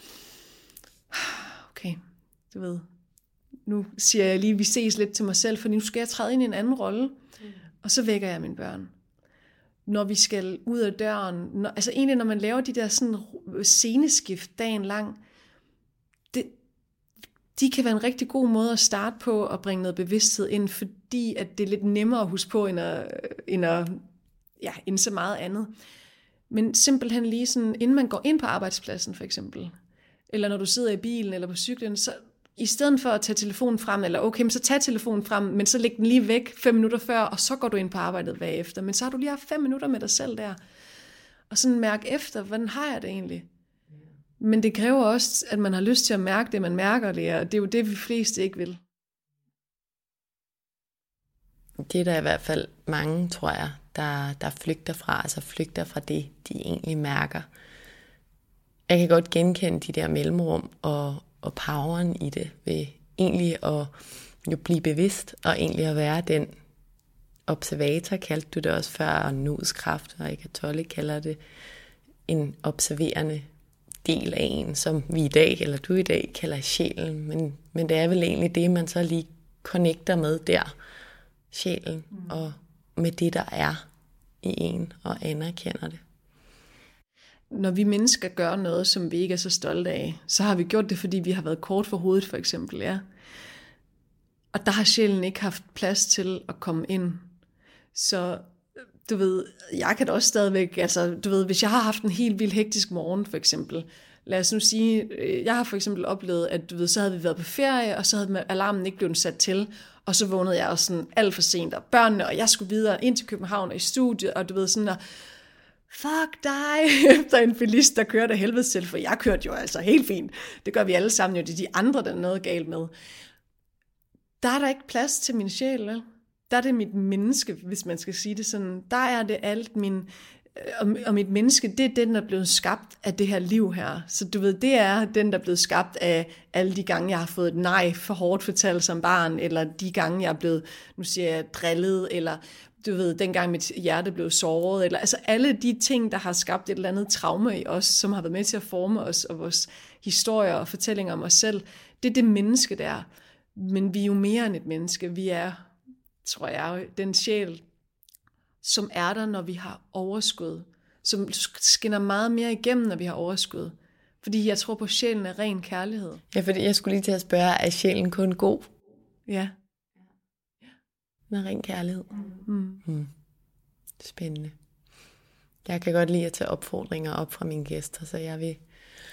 okay, du ved, nu siger jeg lige, vi ses lidt til mig selv, for nu skal jeg træde ind i en anden rolle, mm. og så vækker jeg mine børn. Når vi skal ud af døren, når, altså egentlig når man laver de der sådan sceneskift dagen lang, det, de kan være en rigtig god måde at starte på at bringe noget bevidsthed ind, fordi at det er lidt nemmere at huske på, end, at, end, at, ja, end så meget andet. Men simpelthen lige sådan, inden man går ind på arbejdspladsen for eksempel, eller når du sidder i bilen eller på cyklen, så i stedet for at tage telefonen frem, eller okay, så tag telefonen frem, men så læg den lige væk fem minutter før, og så går du ind på arbejdet bagefter. Men så har du lige haft fem minutter med dig selv der. Og sådan mærk efter, hvordan har jeg det egentlig? Men det kræver også, at man har lyst til at mærke det, man mærker det, og det er jo det, vi fleste ikke vil. Det er der i hvert fald mange, tror jeg, der, der flygter fra, altså flygter fra det, de egentlig mærker. Jeg kan godt genkende de der mellemrum og, og poweren i det, ved egentlig at jo blive bevidst, og egentlig at være den observator, kaldte du det også før, og nuets kraft, og Eckhart Tolle kalder det en observerende del af en, som vi i dag, eller du i dag, kalder sjælen, men, men det er vel egentlig det, man så lige connecter med der, sjælen mm. og med det, der er i en, og anerkender det. Når vi mennesker gør noget, som vi ikke er så stolte af, så har vi gjort det, fordi vi har været kort for hovedet, for eksempel, ja. Og der har sjælen ikke haft plads til at komme ind. Så du ved, jeg kan da også stadigvæk, altså du ved, hvis jeg har haft en helt vildt hektisk morgen, for eksempel, lad os nu sige, jeg har for eksempel oplevet, at du ved, så havde vi været på ferie, og så havde alarmen ikke blevet sat til, og så vågnede jeg også sådan alt for sent, og børnene, og jeg skulle videre ind til København og i studiet, og du ved sådan, og fuck dig, efter en bilist, der kørte helvedes til, for jeg kørte jo altså helt fint. Det gør vi alle sammen jo, det er de andre, der er noget galt med. Der er der ikke plads til min sjæl, vel? Der er det mit menneske, hvis man skal sige det sådan. Der er det alt min, og mit menneske, det er den, der er blevet skabt af det her liv her. Så du ved, det er den, der er blevet skabt af alle de gange, jeg har fået et nej for hårdt fortalt som barn, eller de gange, jeg er blevet, nu siger jeg, drillet, eller du ved, dengang mit hjerte blev såret, eller altså alle de ting, der har skabt et eller andet traume i os, som har været med til at forme os, og vores historier og fortællinger om os selv, det er det menneske der. Men vi er jo mere end et menneske. Vi er, tror jeg, den sjæl, som er der, når vi har overskud. Som skinner meget mere igennem, når vi har overskud. Fordi jeg tror på, at sjælen er ren kærlighed. Ja, fordi jeg skulle lige til at spørge, er sjælen kun god? Ja. Den er ren kærlighed. Mm. Mm. Spændende. Jeg kan godt lide at tage opfordringer op fra mine gæster, så jeg vil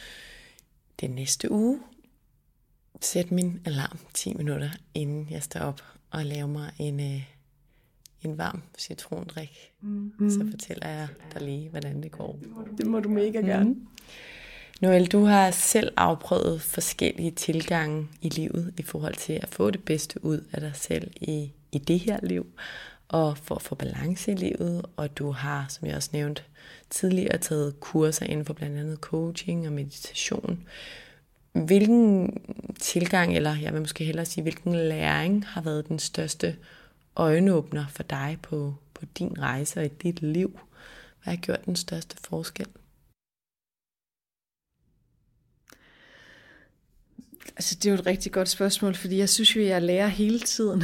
den næste uge sætte min alarm ti minutter, inden jeg står op og laver mig en, øh, en varm citrondrik. Mm. Så fortæller jeg dig lige, hvordan det går. Det må du mega gerne. Mm. Noelle, du har selv afprøvet forskellige tilgange i livet i forhold til at få det bedste ud af dig selv i, i det her liv, og for at få balance i livet, og du har, som jeg også nævnte tidligere, taget kurser inden for blandt andet coaching og meditation. Hvilken tilgang, eller jeg vil måske hellere sige, hvilken læring har været den største øjenåbner for dig på, på din rejse og i dit liv? Hvad har gjort den største forskel? Altså, det er jo et rigtig godt spørgsmål, fordi jeg synes jo, jeg lærer hele tiden.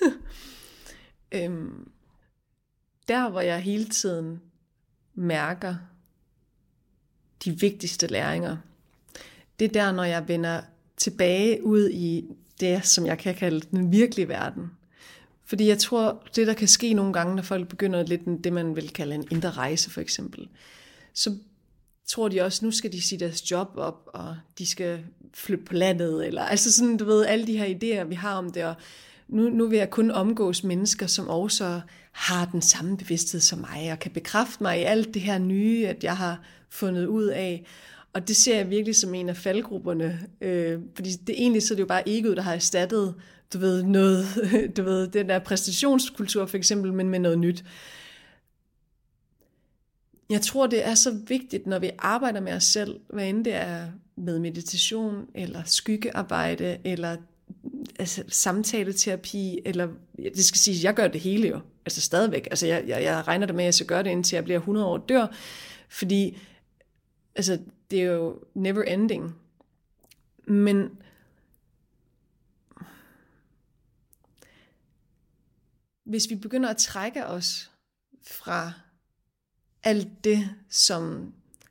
øhm, der, hvor jeg hele tiden mærker de vigtigste læringer, det er der, når jeg vender tilbage ud i det, som jeg kan kalde den virkelige verden. Fordi jeg tror, det der kan ske nogle gange, når folk begynder lidt det, man vil kalde en indre rejse for eksempel, så tror de også, nu skal de sige deres job op, og de skal flytte på landet, eller altså sådan, du ved, alle de her idéer, vi har om det, og nu, nu vil jeg kun omgås mennesker, som også har den samme bevidsthed som mig, og kan bekræfte mig i alt det her nye, at jeg har fundet ud af. Og det ser jeg virkelig som en af faldgrupperne, øh, fordi det egentlig så er det jo bare egoet, der har erstattet, du ved, noget, du ved, den der præstationskultur for eksempel, men med noget nyt. Jeg tror, det er så vigtigt, når vi arbejder med os selv, hvad end det er med meditation, eller skyggearbejde, eller altså, samtaleterapi, eller det skal sige, jeg gør det hele jo, altså stadigvæk. Altså jeg, jeg, jeg regner det med, at jeg skal gøre det, indtil jeg bliver hundrede år dør, fordi altså, det er jo never ending. Men hvis vi begynder at trække os fra alt det, som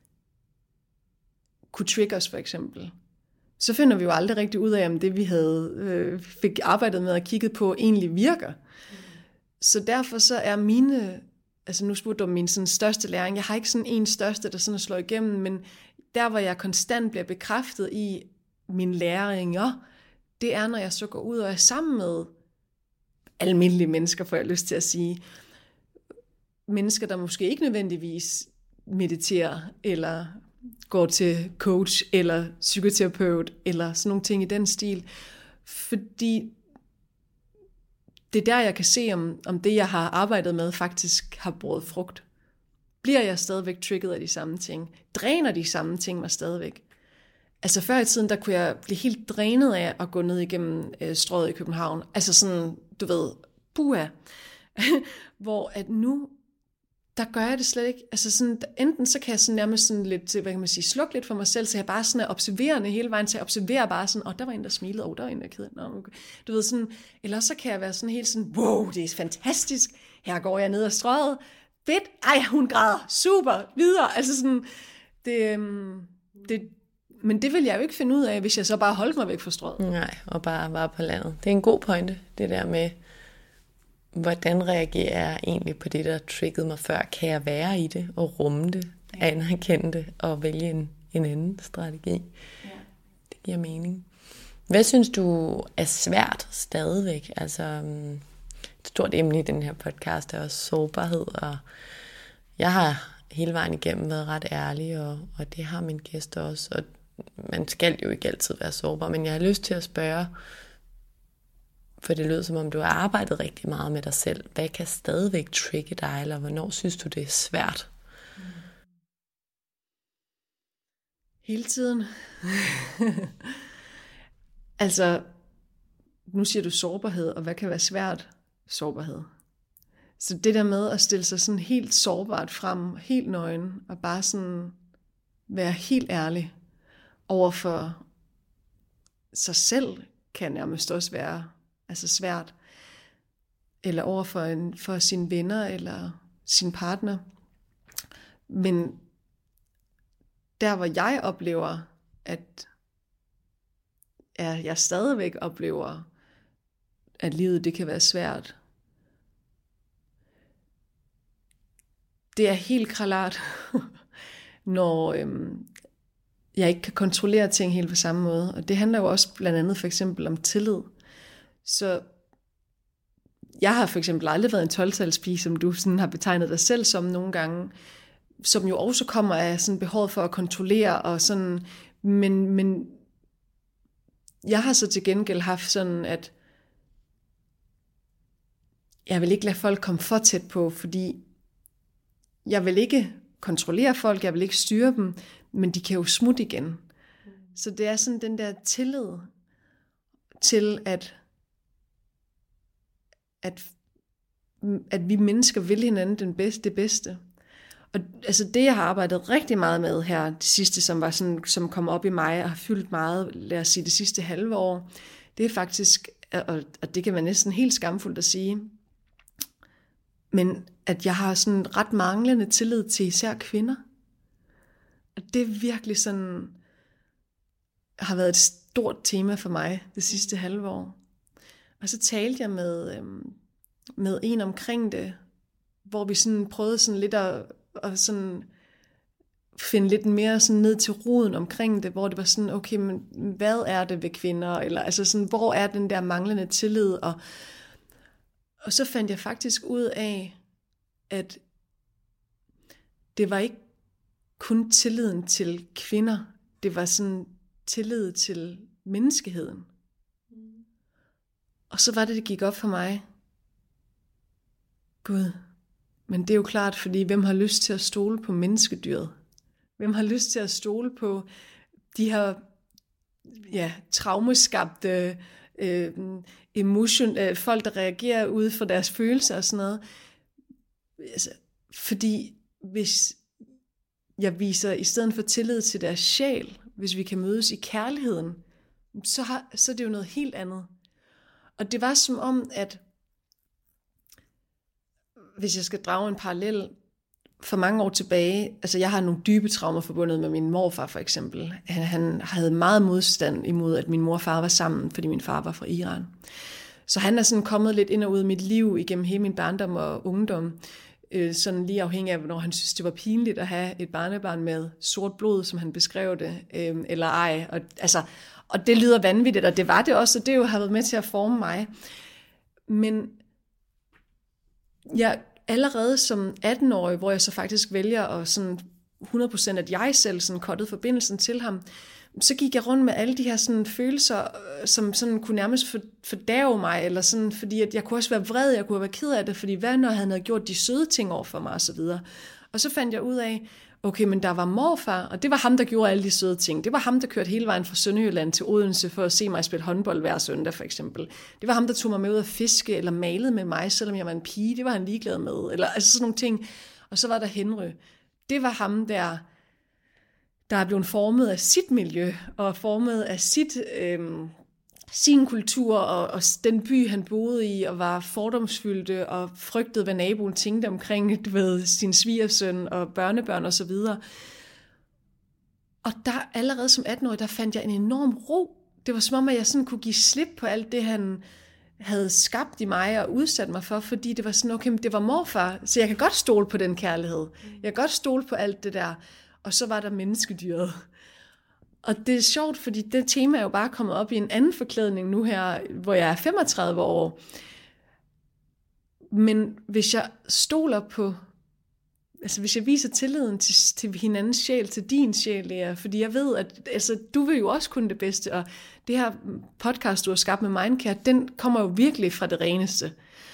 kunne trigge os for eksempel, så finder vi jo aldrig rigtig ud af, om det vi havde øh, fik arbejdet med og kigget på egentlig virker. Mm. Så derfor så er mine, altså nu spurgte du om min sådan største læring, jeg har ikke sådan en største, der sådan slår igennem, men der hvor jeg konstant bliver bekræftet i mine læringer, det er når jeg så går ud og er sammen med almindelige mennesker, får jeg lyst til at sige, mennesker, der måske ikke nødvendigvis mediterer, eller går til coach, eller psykoterapeut, eller sådan nogle ting i den stil. Fordi det er der, jeg kan se, om, om det, jeg har arbejdet med, faktisk har båret frugt. Bliver jeg stadigvæk trigget af de samme ting? Dræner de samme ting mig stadigvæk? Altså før i tiden, der kunne jeg blive helt drænet af at gå ned igennem øh, strøget i København. Altså sådan, du ved, puha. Hvor at nu, der gør jeg det slet ikke. Altså sådan, enten så kan jeg sådan nærmest sådan lidt, hvad kan man sige, slukke lidt for mig selv, så jeg bare sådan er observerende hele vejen til at observere bare sådan, åh, oh, der var en, der smilede, åh, oh, der var en, der ked. Nå, okay. Du ved sådan, eller så kan jeg være sådan helt sådan, wow, det er fantastisk, her går jeg ned ad strøget, fedt, ej, hun græder, super, videre, altså sådan, det, det, men det vil jeg jo ikke finde ud af, hvis jeg så bare holdt mig væk fra strøget. Nej, og bare var på landet. Det er en god pointe, det der med, hvordan reagerer jeg egentlig på det, der triggede mig før? Kan jeg være i det og rumme det, anerkende det og vælge en, en anden strategi? Ja. Det giver mening. Hvad synes du er svært stadigvæk? Altså, et stort emne i den her podcast er også sårbarhed, og jeg har hele vejen igennem været ret ærlig, og, og det har mine gæster også, og man skal jo ikke altid være sårbar, men jeg har lyst til at spørge, for det lyder som om du har arbejdet rigtig meget med dig selv. Hvad kan stadigvæk trigge dig, eller hvornår synes du det er svært? Hele tiden. Altså, nu siger du sårbarhed, og hvad kan være svært? Sårbarhed. Så det der med at stille sig sådan helt sårbart frem, helt nøgen, og bare sådan være helt ærlig over for sig selv, kan nærmest også være altså svært, eller over for, en, for sine venner, eller sin partner. Men der, hvor jeg oplever, at ja, jeg stadigvæk oplever, at livet det kan være svært, det er helt klart, når øhm, jeg ikke kan kontrollere ting helt på samme måde. Og det handler jo også blandt andet for eksempel om tillid. Så jeg har for eksempel aldrig været en tolv-talspige, som du sådan har betegnet dig selv som nogle gange, som jo også kommer af sådan behovet for at kontrollere og sådan, men, men jeg har så til gengæld haft sådan, at jeg vil ikke lade folk komme for tæt på, fordi jeg vil ikke kontrollere folk, jeg vil ikke styre dem, men de kan jo smutte igen. Så det er sådan den der tillid til, at At, at vi mennesker vil hinanden den bedste, det bedste. Og altså det, jeg har arbejdet rigtig meget med her, det sidste, som, var sådan, som kom op i mig, og har fyldt meget, lad os sige, det sidste halve år, det er faktisk, og, og det kan være næsten helt skamfuldt at sige, men at jeg har sådan ret manglende tillid til især kvinder. Og det er virkelig sådan, har været et stort tema for mig det sidste halve år. Og så talte jeg med, øhm, med en omkring det, hvor vi sådan prøvede sådan lidt at, at sådan finde lidt mere sådan ned til roden omkring det, hvor det var sådan, okay, men hvad er det ved kvinder? Eller altså sådan, hvor er den der manglende tillid? Og, og så fandt jeg faktisk ud af, at det var ikke kun tilliden til kvinder, det var sådan tillid til menneskeheden. Og så var det, det gik op for mig. Gud, men det er jo klart, fordi hvem har lyst til at stole på menneskedyret? Hvem har lyst til at stole på de her ja, traumeskabte øh, emotion, øh, folk, der reagerer ud fra deres følelser og sådan noget? Altså, fordi hvis jeg viser i stedet for tillid til deres sjæl, hvis vi kan mødes i kærligheden, så, har, så er det jo noget helt andet. Og det var som om, at hvis jeg skal drage en parallel, for mange år tilbage, altså jeg har nogle dybe traumer forbundet med min morfar for eksempel. Han, han havde meget modstand imod, at min mor og far var sammen, fordi min far var fra Iran. Så han er sådan kommet lidt ind og ud af mit liv igennem hele min barndom og ungdom. Øh, sådan lige afhængig af, hvornår han synes, det var pinligt at have et barnebarn med sort blod, som han beskrev det, øh, eller ej. Og, altså, og det lyder vanvittigt, og det var det også, og det jo har været med til at forme mig. Men jeg allerede som atten-årig, hvor jeg så faktisk vælger at sådan hundrede procent at jeg selv sådan cuttede forbindelsen til ham, så gik jeg rundt med alle de her sådan følelser, som sådan kunne nærmest fordærve mig, eller sådan, fordi at jeg kunne også være vred, jeg kunne være ked af det, fordi hvad når han havde gjort de søde ting over for mig, og så videre. Og så fandt jeg ud af, okay, men der var morfar, og det var ham, der gjorde alle de søde ting. Det var ham, der kørte hele vejen fra Sønderjylland til Odense for at se mig spille håndbold hver søndag, for eksempel. Det var ham, der tog mig med ud at fiske, eller malede med mig, selvom jeg var en pige. Det var han ligeglad med. Eller altså sådan nogle ting. Og så var der Henry. Det var ham, der, der er blevet formet af sit miljø, og formet af sit, øh, sin kultur, og, og den by, han boede i, og var fordomsfyldte, og frygtede, hvad naboen tænkte omkring, du ved, sin svigersøn og børnebørn og så videre. Og der allerede som atten-årig, der fandt jeg en enorm ro. Det var som om, at jeg sådan kunne give slip på alt det, han havde skabt i mig og udsat mig for, fordi det var sådan, okay, det var morfar, så jeg kan godt stole på den kærlighed. Jeg kan godt stole på alt det der. Og så var der menneskedyret. Og det er sjovt, fordi det tema er jo bare kommet op i en anden forklædning nu her, hvor jeg er femogtredive år. Men hvis jeg stoler på, altså hvis jeg viser tilliden til, til hinandens sjæl, til din sjæl, Lea, fordi jeg ved, at altså, du vil jo også kunne det bedste, og det her podcast, du har skabt med Mindcare, den kommer jo virkelig fra det reneste.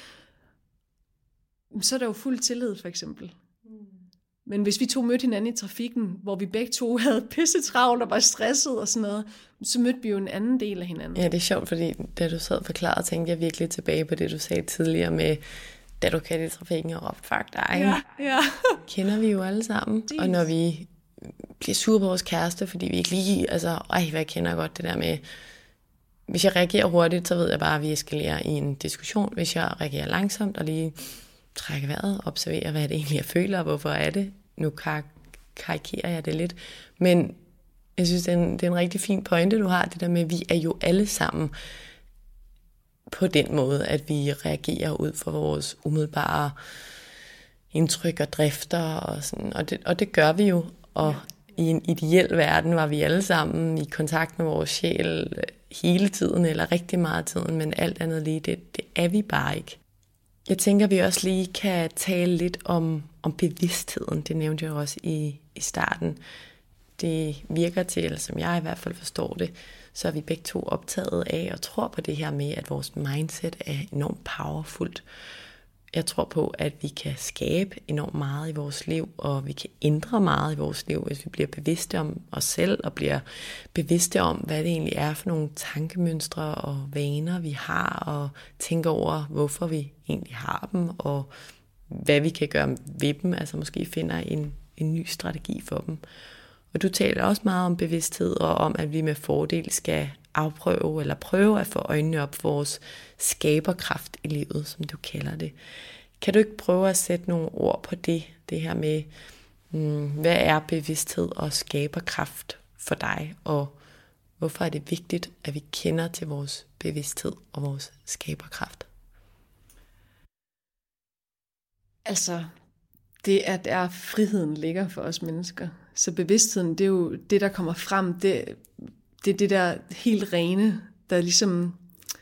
Så er der jo fuld tillid, for eksempel. Men hvis vi to mødte hinanden i trafikken, hvor vi begge to havde pissetravlt og var stresset og sådan noget, så mødte vi jo en anden del af hinanden. Ja, det er sjovt, fordi da du sad og forklarede, tænkte jeg virkelig tilbage på det, du sagde tidligere med, da du kørte i trafikken og råbte, fuck dig. Ja, ja. Kender vi jo alle sammen. Jeez. Og når vi bliver sure på vores kæreste, fordi vi ikke lige, altså, ej, hvad jeg kender godt det der med, hvis jeg reagerer hurtigt, så ved jeg bare, at vi eskalerer i en diskussion. Hvis jeg reagerer langsomt og lige trækker vejret, observerer, hvad det egentlig jeg føler, og hvorfor er det. Nu kar- karikerer jeg det lidt. Men jeg synes, det er, en, det er en rigtig fin pointe, du har, det der med, at vi er jo alle sammen på den måde, at vi reagerer ud fra vores umiddelbare indtryk og drifter, og, sådan, og, det, og det gør vi jo. Og i en ideel verden var vi alle sammen i kontakt med vores sjæl hele tiden, eller rigtig meget tiden, men alt andet lige, det, det er vi bare ikke. Jeg tænker, vi også lige kan tale lidt om, om bevidstheden. Det nævnte jeg også i, i starten. Det virker til, eller som jeg i hvert fald forstår det, så er vi begge to optaget af og tror på det her med, at vores mindset er enormt powerfult. Jeg tror på, at vi kan skabe enormt meget i vores liv, og vi kan ændre meget i vores liv, hvis vi bliver bevidste om os selv, og bliver bevidste om, hvad det egentlig er for nogle tankemønstre og vaner, vi har, og tænker over, hvorfor vi egentlig har dem, og hvad vi kan gøre ved dem, altså måske finder en, en ny strategi for dem. Og du taler også meget om bevidsthed, og om, at vi med fordel skal afprøve, eller prøve at få øjnene op for vores skaberkraft i livet, som du kalder det. Kan du ikke prøve at sætte nogle ord på det, det her med, hmm, hvad er bevidsthed og skaberkraft for dig, og hvorfor er det vigtigt, at vi kender til vores bevidsthed og vores skaberkraft? Altså, det er der friheden ligger for os mennesker. Så bevidstheden, det er jo det, der kommer frem, det, det er det der helt rene, der ligesom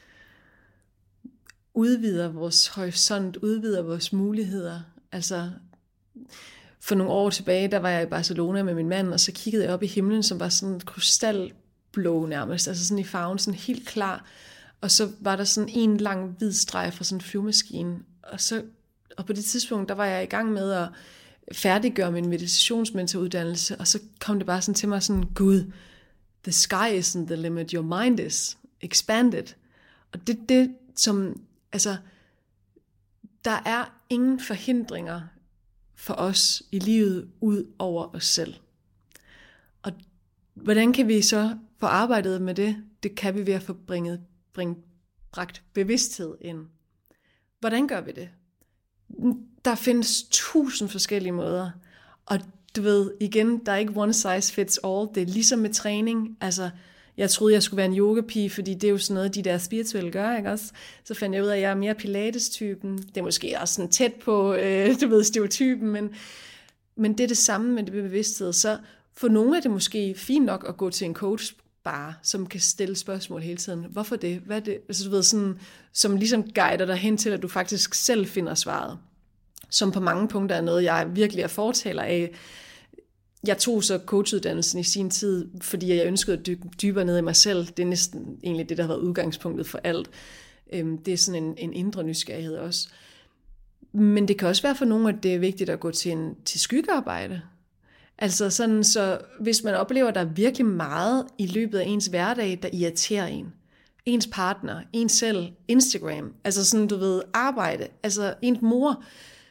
udvider vores horisont, udvider vores muligheder. Altså, for nogle år tilbage, der var jeg i Barcelona med min mand, og så kiggede jeg op i himlen, som var sådan krystalblå nærmest, altså sådan i farven, sådan helt klar. Og så var der sådan en lang hvid streg fra sådan en flyvemaskine. Og, så, og på det tidspunkt, der var jeg i gang med at færdiggøre min meditationsmentoruddannelse, og så kom det bare sådan til mig sådan, Gud, the sky isn't the limit, your mind is expanded. Og det det, som, altså, der er ingen forhindringer for os i livet ud over os selv. Og hvordan kan vi så få arbejdet med det? Det kan vi ved at få bringet, bringe, bragt bevidsthed ind. Hvordan gør vi det? Der findes tusind forskellige måder. Og du ved, igen, der er ikke one size fits all. Det er ligesom med træning. Altså, jeg troede, jeg skulle være en yogapige, fordi det er jo sådan noget, de der spirituelle gør, ikke også? Så fandt jeg ud af, at jeg er mere pilates-typen. Det er måske også sådan tæt på, øh, du ved, stereotypen, men, men det er det samme med det bevidsthed. Så for nogle er det måske fint nok at gå til en coach bare, som kan stille spørgsmål hele tiden. Hvorfor det? Hvad er det? Altså, du ved, sådan, som ligesom guider dig hen til, at du faktisk selv finder svaret. Som på mange punkter er noget, jeg virkelig er fortaler af. Jeg tog så coachuddannelsen i sin tid, fordi jeg ønskede at dykke dybere ned i mig selv. Det er næsten egentlig det, der har været udgangspunktet for alt. Det er sådan en, en indre nysgerrighed også. Men det kan også være for nogen, at det er vigtigt at gå til, en, til skyggearbejde. Altså sådan, så hvis man oplever, at der er virkelig meget i løbet af ens hverdag, der irriterer en. Ens partner, ens selv, Instagram, altså sådan, du ved, arbejde, altså ens mor.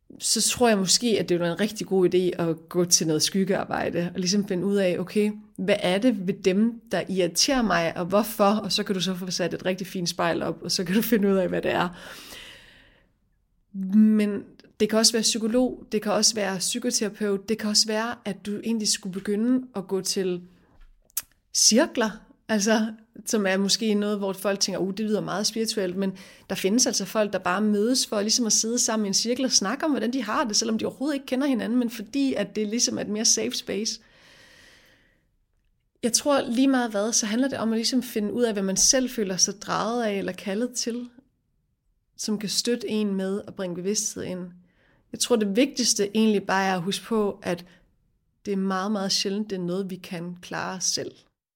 så tror jeg måske, at det er en rigtig god idé at gå til noget skyggearbejde, og ligesom finde ud af, okay, hvad er det ved dem, der irriterer mig, og hvorfor, og så kan du så få sat et rigtig fint spejl op, og så kan du finde ud af, hvad det er. Men det kan også være psykolog, det kan også være psykoterapeut, det kan også være, at du egentlig skulle begynde at gå til cirkler, altså, som er måske noget, hvor folk tænker, uh, det lyder meget spirituelt, men der findes altså folk, der bare mødes for ligesom at sidde sammen i en cirkel og snakke om, hvordan de har det, selvom de overhovedet ikke kender hinanden, men fordi at det ligesom er et mere safe space. Jeg tror lige meget hvad, så handler det om at ligesom finde ud af, hvad man selv føler sig draget af eller kaldet til, som kan støtte en med at bringe bevidsthed ind. Jeg tror, det vigtigste egentlig bare er at huske på, at det er meget, meget sjældent, det er noget, vi kan klare selv.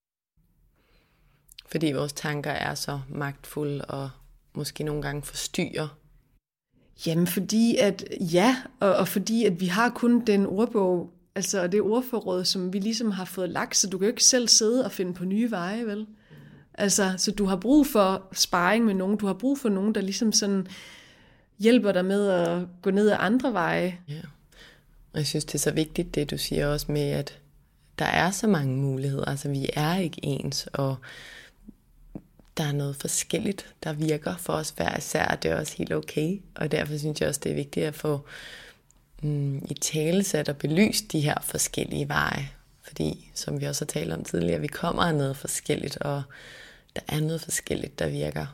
Fordi vores tanker er så magtfulde og måske nogle gange forstyrrer. Jamen fordi at, ja, og, og fordi at vi har kun den ordbog, altså det ordforråd, som vi ligesom har fået lagt, så du kan jo ikke selv sidde og finde på nye veje, vel? Altså, så du har brug for sparring med nogen, du har brug for nogen, der ligesom sådan hjælper dig med at gå ned ad andre veje. Ja, og jeg synes, det er så vigtigt, det du siger også med, at der er så mange muligheder, altså vi er ikke ens, og der er noget forskelligt, der virker for os hver især, og det er også helt okay, og derfor synes jeg også, det er vigtigt at få mm, i talesat og belyst de her forskellige veje, fordi som vi også har talt om tidligere, vi kommer af noget forskelligt, og der er noget forskelligt, der virker.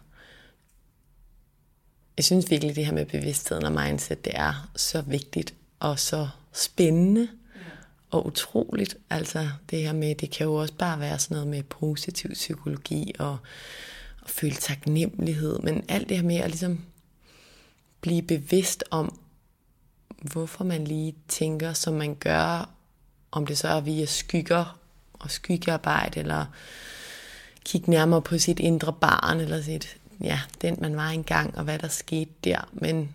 Jeg synes virkelig, det her med bevidstheden og mindset, det er så vigtigt og så spændende og utroligt. Altså det her med, det kan jo også bare være sådan noget med positiv psykologi og, og føle taknemmelighed, men alt det her med at ligesom blive bevidst om, hvorfor man lige tænker, som man gør, om det så er via skygger og skyggearbejde, eller kigge nærmere på sit indre barn, eller sit, ja, den man var engang, og hvad der skete der. Men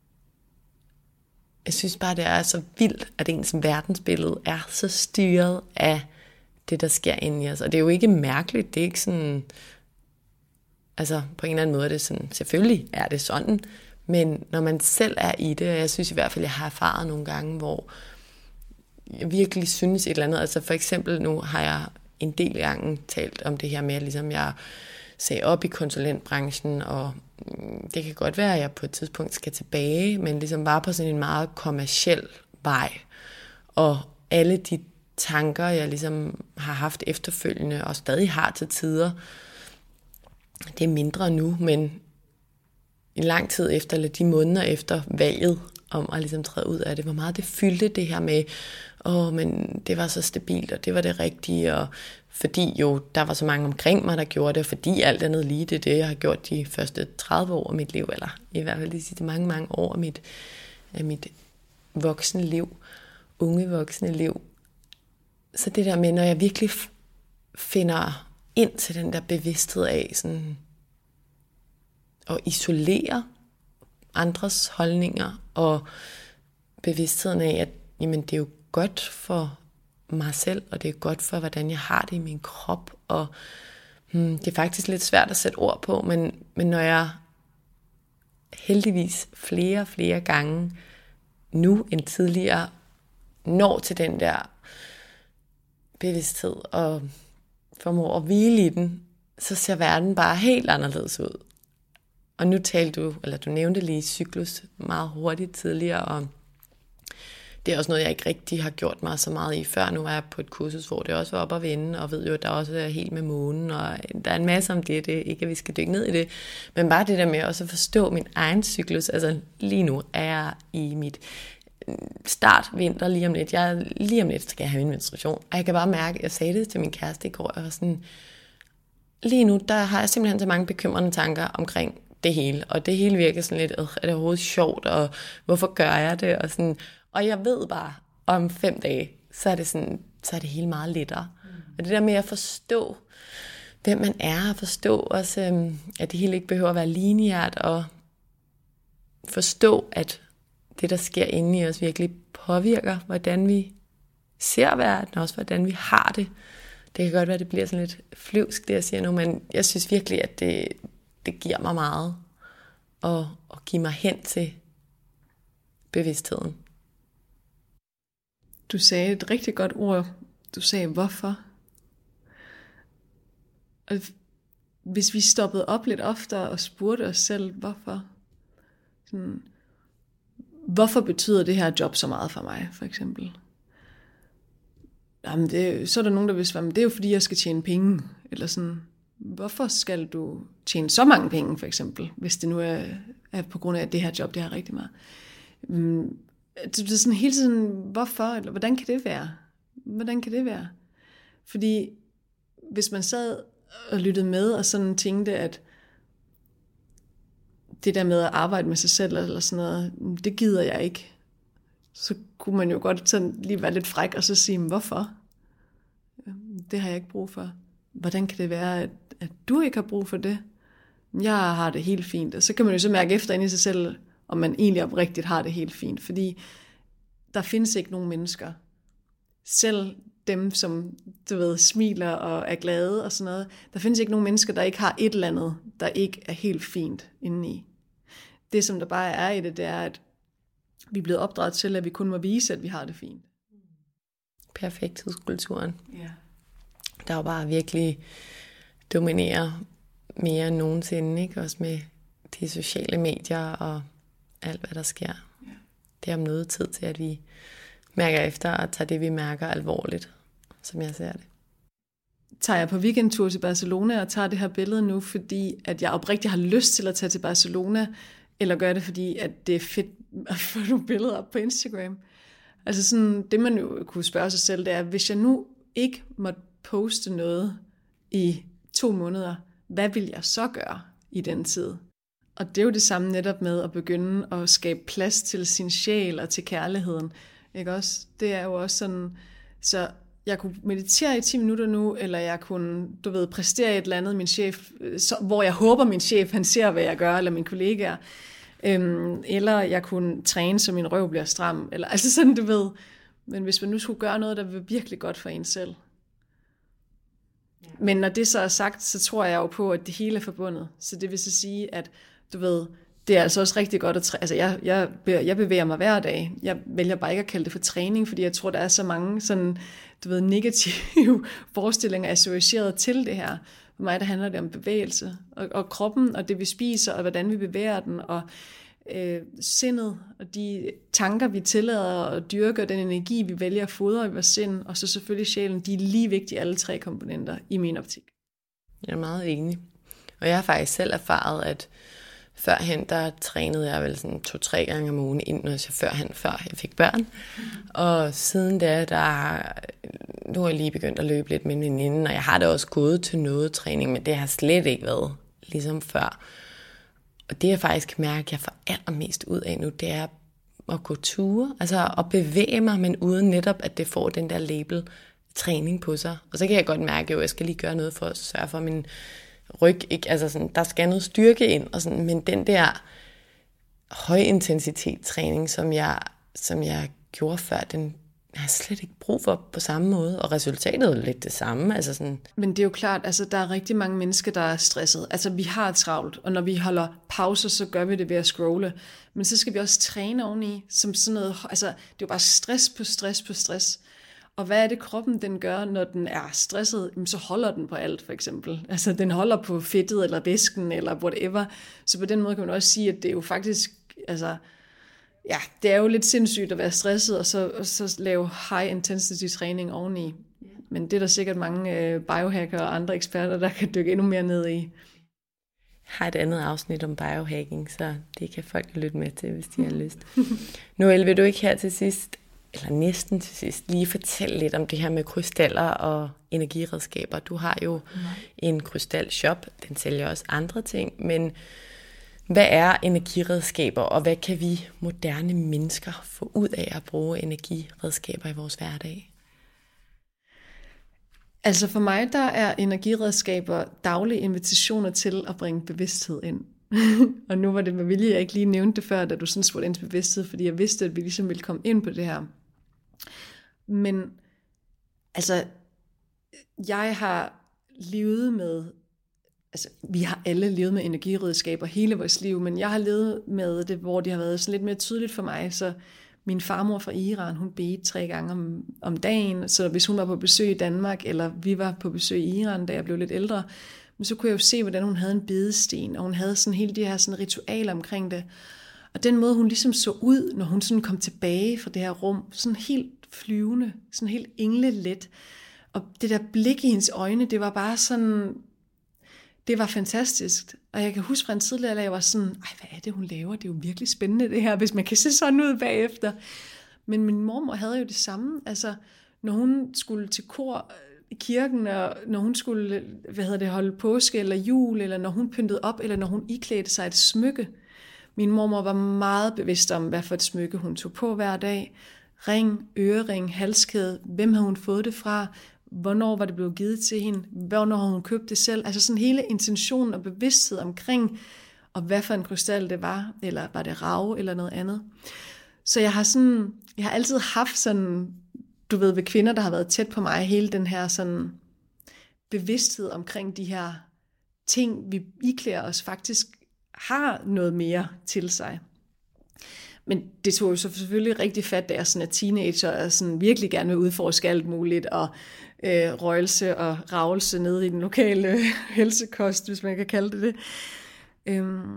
jeg synes bare, det er så vildt, at ens verdensbillede er så styret af det, der sker inde i os. Og det er jo ikke mærkeligt, det er ikke sådan, altså på en eller anden måde er det sådan, selvfølgelig er det sådan, men når man selv er i det, og jeg synes i hvert fald, jeg har erfaret nogle gange, hvor jeg virkelig synes et eller andet, altså for eksempel nu har jeg en del gange talt om det her med, at ligesom jeg sagde op i konsulentbranchen, og det kan godt være, at jeg på et tidspunkt skal tilbage, men ligesom var på sådan en meget kommerciel vej. Og alle de tanker, jeg ligesom har haft efterfølgende, og stadig har til tider, det er mindre nu, men i lang tid efter, eller de måneder efter valget, om at ligesom træde ud af det, hvor meget det fyldte det her med, åh, men det var så stabilt, og det var det rigtige, og fordi jo, der var så mange omkring mig, der gjorde det, og fordi alt andet lige, det er det, jeg har gjort de første tredive år af mit liv, eller i hvert fald de sidste mange, mange år af mit, af mit voksne liv, unge voksne liv. Så det der med, når jeg virkelig finder ind til den der bevidsthed af, sådan, at isolere andres holdninger, og bevidstheden af, at jamen, det er jo godt for mig selv, og det er godt for, hvordan jeg har det i min krop, og hmm, det er faktisk lidt svært at sætte ord på, men, men når jeg heldigvis flere og flere gange nu end tidligere når til den der bevidsthed, og formår at hvile i den, så ser verden bare helt anderledes ud. Og nu talte du, eller du nævnte lige cyklus meget hurtigt tidligere, og det er også noget, jeg ikke rigtig har gjort mig så meget i før. Nu var jeg på et kursus, hvor det også var op at vende, og ved jo, at der også er helt med månen, og der er en masse om det, det ikke at vi skal dykke ned i det, men bare det der med også at forstå min egen cyklus. Altså lige nu er jeg i mit start vinter lige om lidt. Jeg, lige om lidt skal jeg have min menstruation, og jeg kan bare mærke, jeg sagde det til min kæreste i går, jeg var sådan, lige nu, der har jeg simpelthen så mange bekymrende tanker omkring det hele, og det hele virker sådan lidt, øh, er det overhovedet sjovt, og hvorfor gør jeg det, og sådan. Og jeg ved bare, om fem dage, så er det sådan, så er det hele meget lettere. Mm. Og det der med at forstå, hvem man er, og forstå også, øhm, at det hele ikke behøver at være lineært, og forstå, at det, der sker inde i os, virkelig påvirker, hvordan vi ser verden, og også hvordan vi har det. Det kan godt være, at det bliver sådan lidt flyvsk, det jeg siger nu, men jeg synes virkelig, at det, det giver mig meget, at, at give mig hen til bevidstheden. Du sagde et rigtig godt ord. Du sagde, hvorfor? Og hvis vi stoppede op lidt oftere og spurgte os selv, hvorfor? Sådan, hvorfor betyder det her job så meget for mig, for eksempel? Jamen det, så er der nogen, der vil svare, det er jo fordi, jeg skal tjene penge. Eller sådan, hvorfor skal du tjene så mange penge, for eksempel, hvis det nu er, er på grund af, at det her job, det har rigtig meget. Det er sådan hele tiden, hvorfor, eller hvordan kan det være? Hvordan kan det være? Fordi hvis man sad og lyttede med, og sådan tænkte, at det der med at arbejde med sig selv, eller sådan noget, det gider jeg ikke. Så kunne man jo godt sådan lige være lidt fræk, og så sige, hvorfor? Det har jeg ikke brug for. Hvordan kan det være, at, at du ikke har brug for det? Jeg har det helt fint. Og så kan man jo så mærke efter ind i sig selv, om man egentlig oprigtigt har det helt fint. Fordi der findes ikke nogen mennesker, selv dem, som du ved, smiler og er glade og sådan noget, der findes ikke nogen mennesker, der ikke har et eller andet, der ikke er helt fint indeni. Det, som der bare er i det, det er, at vi er blevet opdraget til, at vi kun må vise, at vi har det fint. Perfekthedskulturen. Ja. Der jo bare virkelig dominerer mere end nogensinde, ikke? Også med de sociale medier og alt, hvad der sker. Ja. Det er om noget tid til, at vi mærker efter og tager det, vi mærker, alvorligt, som jeg ser det. Tager jeg på weekendtur til Barcelona og tager det her billede nu, fordi at jeg oprigtigt har lyst til at tage til Barcelona, eller gør det, fordi at det er fedt at få nogle billeder op på Instagram? Altså sådan, det man jo kunne spørge sig selv, det er, hvis jeg nu ikke måtte poste noget i to måneder, hvad vil jeg så gøre i den tid? Og det er jo det samme netop med at begynde at skabe plads til sin sjæl og til kærligheden. Ikke også? Det er jo også sådan, så jeg kunne meditere i ti minutter nu, eller jeg kunne, du ved, præstere et eller andet, min chef, så, hvor jeg håber, min chef, han ser, hvad jeg gør, eller mine kollegaer. Øhm, eller jeg kunne træne, så min røv bliver stram. Eller, altså sådan, du ved. Men hvis man nu skulle gøre noget, der vil virkelig godt for en selv. Ja. Men når det så er sagt, så tror jeg jo på, at det hele er forbundet. Så det vil så sige, at du ved, det er altså også rigtig godt at træne. Altså jeg, jeg, jeg bevæger mig hver dag. Jeg vælger bare ikke at kalde det for træning, fordi jeg tror, der er så mange sådan, du ved, negative forestillinger associeret til det her. For mig der handler det om bevægelse, og, og kroppen, og det vi spiser, og hvordan vi bevæger den, og øh, sindet, og de tanker, vi tillader at dyrke, og den energi, vi vælger at fodre i vores sind, og så selvfølgelig sjælen, de er lige vigtige, alle tre komponenter, i min optik. Jeg er meget enig. Og jeg har faktisk selv erfaret, at førhen, der trænede jeg vel sådan to-tre gange om ugen, inden jeg førhen, før jeg fik børn. Og siden da, der, nu har jeg lige begyndt at løbe lidt med min veninde, og jeg har da også gået til noget træning, men det har slet ikke været ligesom før. Og det jeg faktisk kan mærke, at jeg får allermest ud af nu, det er at gå ture, altså at bevæge mig, men uden netop, at det får den der label træning på sig. Og så kan jeg godt mærke, at jeg skal lige gøre noget for at sørge for min ryg, ikke? Altså sådan, der skal noget styrke ind, og sådan, men den der højintensitet træning, som jeg, som jeg gjorde før, den har jeg slet ikke brug for på samme måde, og resultatet er lidt det samme. Altså sådan. Men det er jo klart, altså der er rigtig mange mennesker, der er stresset. Altså vi har travlt, og når vi holder pauser, så gør vi det ved at scrolle. Men så skal vi også træne oveni, som sådan noget, altså det er jo bare stress på stress på stress. Og hvad er det kroppen den gør, når den er stresset? Så holder den på alt, for eksempel. Altså den holder på fedtet eller væsken eller whatever. Så på den måde kan man også sige, at det er jo faktisk, altså ja, det er jo lidt sindssygt at være stresset og så, og så lave high intensity træning oveni. Men det er der sikkert mange øh, biohacker og andre eksperter, der kan dykke endnu mere ned i. Jeg har et andet afsnit om biohacking, så det kan folk lytte med til, hvis de har lyst. Noelle, vil du ikke her til sidst, eller næsten til sidst, lige fortælle lidt om det her med krystaller og energiredskaber? Du har jo mm. en krystalshop, den sælger også andre ting, men hvad er energiredskaber, og hvad kan vi moderne mennesker få ud af at bruge energiredskaber i vores hverdag? Altså for mig, der er energiredskaber daglige invitationer til at bringe bevidsthed ind. Og nu var det med vilje, jeg ikke lige nævnte det før, da du sådan spurgte ind til bevidsthed, fordi jeg vidste, at vi ligesom ville komme ind på det her. Men altså, jeg har levet med altså vi har alle levet med energiredskaber hele vores liv, men jeg har levet med det, hvor det har været sådan lidt mere tydeligt for mig, så min farmor fra Iran, hun bedte tre gange om, om dagen, så hvis hun var på besøg i Danmark, eller vi var på besøg i Iran, da jeg blev lidt ældre, men så kunne jeg jo se, hvordan hun havde en bedesten, og hun havde sådan hele de her sådan ritualer omkring det. Og den måde, hun ligesom så ud, når hun sådan kom tilbage fra det her rum, sådan helt flyvende, sådan helt englelet. Og det der blik i hendes øjne, det var bare sådan, det var fantastisk. Og jeg kan huske fra en tidligere, at jeg var sådan, ej, hvad er det, hun laver? Det er jo virkelig spændende det her, hvis man kan se sådan ud bagefter. Men min mormor havde jo det samme. Altså, når hun skulle til kor i kirken, og når hun skulle, hvad hedder det, holde påske eller jul, eller når hun pyntede op, eller når hun iklædte sig et smykke. Min mormor var meget bevidst om, hvad for et smykke hun tog på hver dag. Ring, ørering, halskæde, hvem havde hun fået det fra, hvornår var det blevet givet til hende, hvornår havde hun købt det selv. Altså sådan hele intentionen og bevidsthed omkring, og hvad for en krystal det var, eller var det rav eller noget andet. Så jeg har sådan, jeg har altid haft sådan, du ved, ved kvinder, der har været tæt på mig, hele den her sådan bevidsthed omkring de her ting, vi iklæder os faktisk har noget mere til sig. Men det tog jo så selvfølgelig rigtig fat, da jeg sådan er teenager, og sådan virkelig gerne vil udforske alt muligt, og øh, røgelse og ravelse nede i den lokale helsekost, hvis man kan kalde det det. Øhm,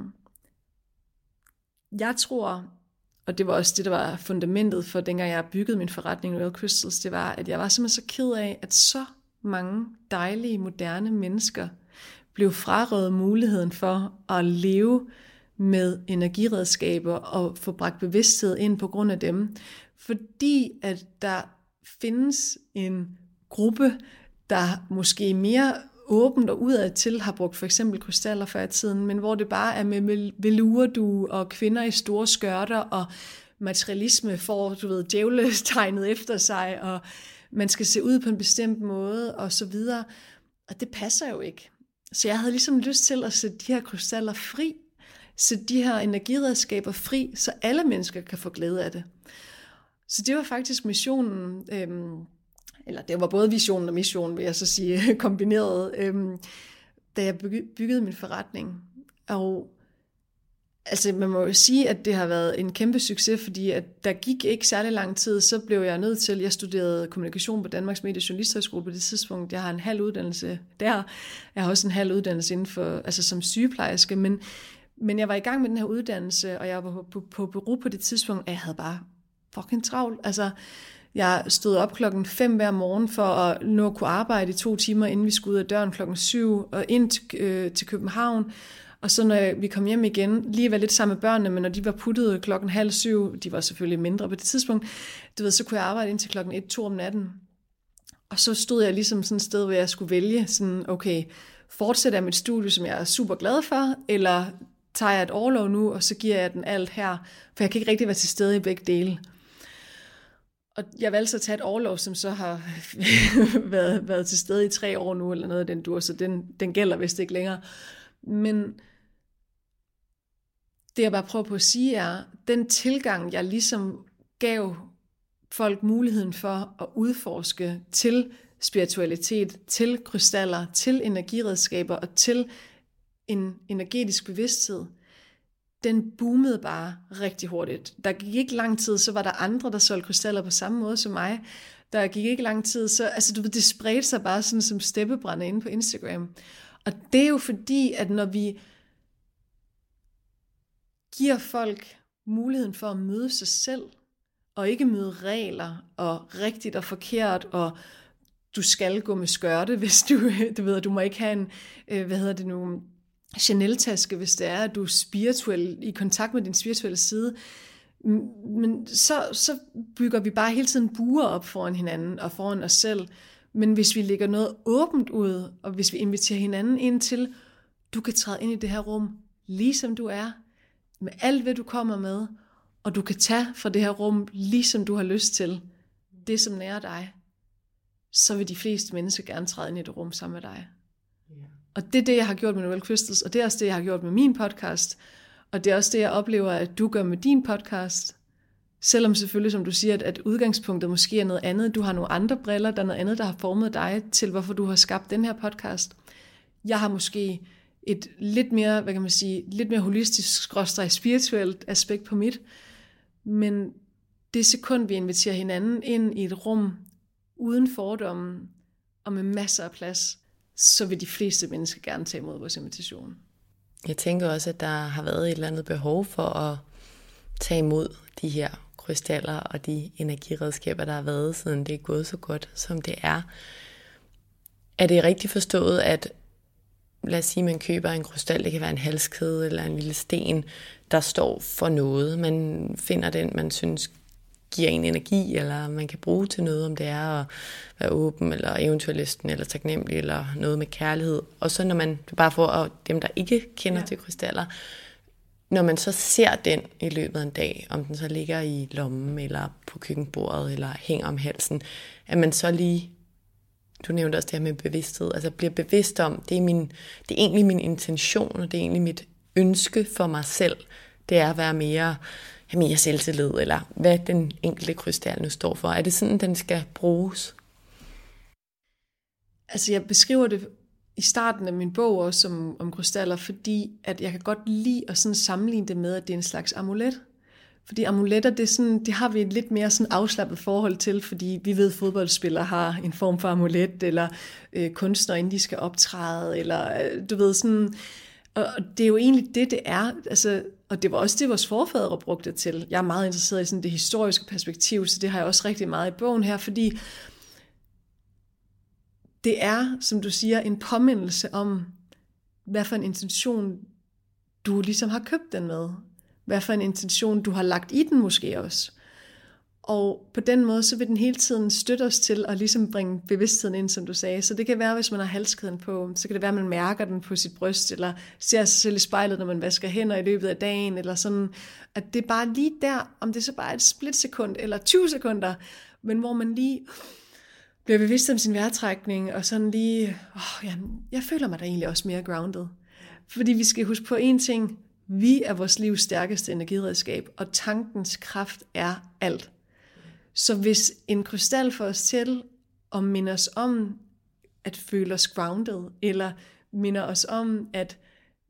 jeg tror, og det var også det, der var fundamentet for, dengang jeg byggede min forretning Noel Crystals, det var, at jeg var simpelthen så ked af, at så mange dejlige, moderne mennesker blev frarøvet muligheden for at leve med energiredskaber og få bragt bevidsthed ind på grund af dem. Fordi at der findes en gruppe, der måske mere åbent og udadtil har brugt for eksempel krystaller før i tiden, men hvor det bare er med velurdue og kvinder i store skørter og materialisme får, du ved, djævletegnet efter sig, og man skal se ud på en bestemt måde og så videre. Og det passer jo ikke. Så jeg havde ligesom lyst til at sætte de her krystaller fri, sætte de her energiredskaber fri, så alle mennesker kan få glæde af det. Så det var faktisk missionen, øhm, eller det var både visionen og missionen, vil jeg så sige, kombineret, øhm, da jeg byggede min forretning. Og altså, man må jo sige, at det har været en kæmpe succes, fordi at der gik ikke særlig lang tid, så blev jeg nødt til, jeg studerede kommunikation på Danmarks Medie- og Journalisthøjskole på det tidspunkt. Jeg har en halv uddannelse der. Jeg har også en halv uddannelse inden for, altså som sygeplejerske, men, men jeg var i gang med den her uddannelse, og jeg var på, på, på bureau på det tidspunkt, og jeg havde bare fucking travlt. Altså, jeg stod op klokken fem hver morgen for at nå at kunne arbejde i to timer, inden vi skulle ud af døren klokken syv, og ind til, øh, til København. Og så når vi kom hjem igen, lige var lidt sammen med børnene, men når de var puttet klokken halv syv, de var selvfølgelig mindre på det tidspunkt, du ved, så kunne jeg arbejde indtil klokken et, to om natten. Og så stod jeg ligesom sådan et sted, hvor jeg skulle vælge, sådan, okay, fortsætter jeg mit studie, som jeg er super glad for, eller tager jeg et orlov nu, og så giver jeg den alt her, for jeg kan ikke rigtig være til stede i begge dele. Og jeg valgte så at tage et orlov, som så har været, været til stede i tre år nu, eller noget af den dur, så den, den gælder vist ikke længere. Men det jeg bare prøver på at sige er, den tilgang, jeg ligesom gav folk muligheden for at udforske til spiritualitet, til krystaller, til energiredskaber og til en energetisk bevidsthed, den boomede bare rigtig hurtigt. Der gik ikke lang tid, så var der andre, der solgte krystaller på samme måde som mig. Der gik ikke lang tid, så altså, du ved, det spredte sig bare sådan som steppebrænde inde på Instagram. Og det er jo fordi, at når vi giver folk muligheden for at møde sig selv, og ikke møde regler, og rigtigt og forkert, og du skal gå med skørte, hvis du, du ved, du må ikke have en, hvad hedder det nu, Chanel-taske, hvis det er, at du er spirituel, i kontakt med din spirituelle side. Men så, så bygger vi bare hele tiden buer op foran hinanden, og foran os selv. Men hvis vi lægger noget åbent ud, og hvis vi inviterer hinanden ind til, du kan træde ind i det her rum, ligesom du er, med alt hvad du kommer med, og du kan tage fra det her rum, ligesom du har lyst til, det som nærer dig, så vil de fleste mennesker gerne træde ind i det rum sammen med dig. Yeah. Og det er det, jeg har gjort med Noel Crystals, og det er også det, jeg har gjort med min podcast, og det er også det, jeg oplever, at du gør med din podcast. Selvom selvfølgelig, som du siger, at, at udgangspunktet måske er noget andet. Du har nogle andre briller, der er noget andet, der har formet dig til, hvorfor du har skabt den her podcast. Jeg har måske et lidt mere, hvad kan man sige, lidt mere holistisk, skråstreg spirituelt aspekt på mit. Men det sekund, vi inviterer hinanden ind i et rum, uden fordomme, og med masser af plads, så vil de fleste mennesker gerne tage imod vores invitation. Jeg tænker også, at der har været et eller andet behov for at tage imod de her krystaller og de energiredskaber, der har været, siden det er gået så godt, som det er. Er det rigtigt forstået, at lad os sige, man køber en krystal, det kan være en halskæde eller en lille sten, der står for noget. Man finder den, man synes giver en energi, eller man kan bruge til noget, om det er at være åben, eller eventyrlisten, eller taknemmelig, eller noget med kærlighed. Og så når man, bare for dem, der ikke kender ja. til krystaller, når man så ser den i løbet af en dag, om den så ligger i lommen, eller på køkkenbordet, eller hænger om halsen, at man så lige, du nævnte også det her med bevidsthed, altså bliver bevidst om, det er, min, det er egentlig min intention, og det er egentlig mit ønske for mig selv, det er at være mere, have mere selvtillid, eller hvad den enkelte krystal nu står for. Er det sådan, den skal bruges? Altså jeg beskriver det i starten af min bog også om, om krystaller, fordi at jeg kan godt lide at sådan sammenligne det med, at det er en slags amulet. Fordi amuletter, det, er sådan, det har vi et lidt mere sådan afslappet forhold til, fordi vi ved, at fodboldspillere har en form for amulet, eller øh, kunstnere, inden de skal optræde, eller øh, du ved sådan. Og det er jo egentlig det, det er. Altså, og det var også det, vores forfædre brugte det til. Jeg er meget interesseret i sådan det historiske perspektiv, så det har jeg også rigtig meget i bogen her, fordi det er, som du siger, en påmindelse om, hvad for en intention du ligesom har købt den med. Hvad for en intention du har lagt i den måske også. Og på den måde, så vil den hele tiden støtte os til at ligesom bringe bevidstheden ind, som du sagde. Så det kan være, hvis man har halskæden på, så kan det være, at man mærker den på sit bryst, eller ser sig selv i spejlet, når man vasker hænder i løbet af dagen, eller sådan, at det er bare lige der, om det så bare er et splitsekund, eller tyve sekunder, men hvor man lige bliver bevidst om sin vejrtrækning, og sådan lige, åh, ja, jeg føler mig da egentlig også mere grounded. Fordi vi skal huske på én ting, vi er vores livs stærkeste energiredskab, og tankens kraft er alt. Så hvis en krystal får os til at minde os om at føle os grounded, eller minder os om, at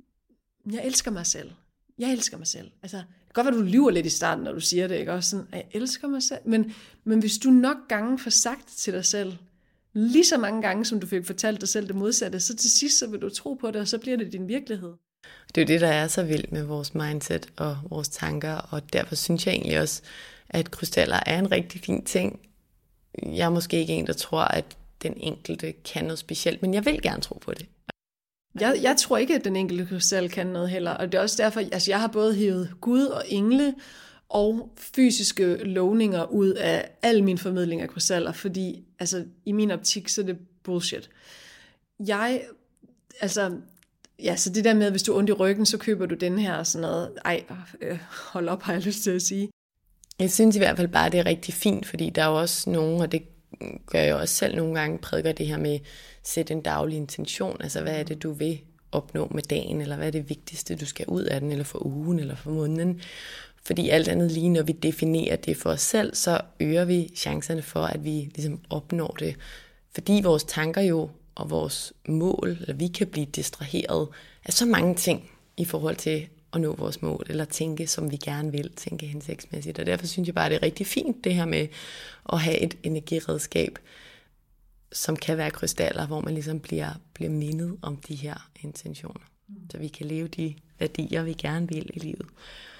jeg elsker mig selv. Jeg elsker mig selv. Altså, det kan godt være, du lyver lidt i starten, når du siger det, ikke? Også sådan, jeg elsker mig selv. Men, men hvis du nok gange får sagt til dig selv, lige så mange gange, som du fik fortalt dig selv det modsatte, så til sidst, så vil du tro på det, og så bliver det din virkelighed. Det er jo det, der er så vildt med vores mindset og vores tanker, og derfor synes jeg egentlig også, at krystaller er en rigtig fin ting. Jeg er måske ikke en, der tror, at den enkelte kan noget specielt, men jeg vil gerne tro på det. Jeg, jeg tror ikke, at den enkelte krystal kan noget heller, og det er også derfor, altså jeg har både hævet Gud og engle og fysiske lovninger ud af al min formidling af krystaller, fordi altså, i min optik, så er det bullshit. Jeg, altså, ja, så det der med, at hvis du er ondt i ryggen, så køber du den her og sådan noget. Ej, øh, hold op, har jeg lyst til at sige. Jeg synes i hvert fald bare, at det er rigtig fint, fordi der er jo også nogen, og det gør jeg også selv nogle gange, prædiker det her med at sætte en daglig intention. Altså, hvad er det, du vil opnå med dagen, eller hvad er det vigtigste, du skal ud af den, eller for ugen, eller for måneden. Fordi alt andet lige, når vi definerer det for os selv, så øger vi chancerne for, at vi ligesom opnår det. Fordi vores tanker jo, og vores mål, eller vi kan blive distraheret af så mange ting i forhold til at nå vores mål, eller tænke, som vi gerne vil, tænke hensigtsmæssigt. Og derfor synes jeg bare, det er rigtig fint, det her med at have et energiredskab, som kan være krystaller, hvor man ligesom bliver, bliver mindet om de her intentioner. Mm. Så vi kan leve de værdier, vi gerne vil i livet.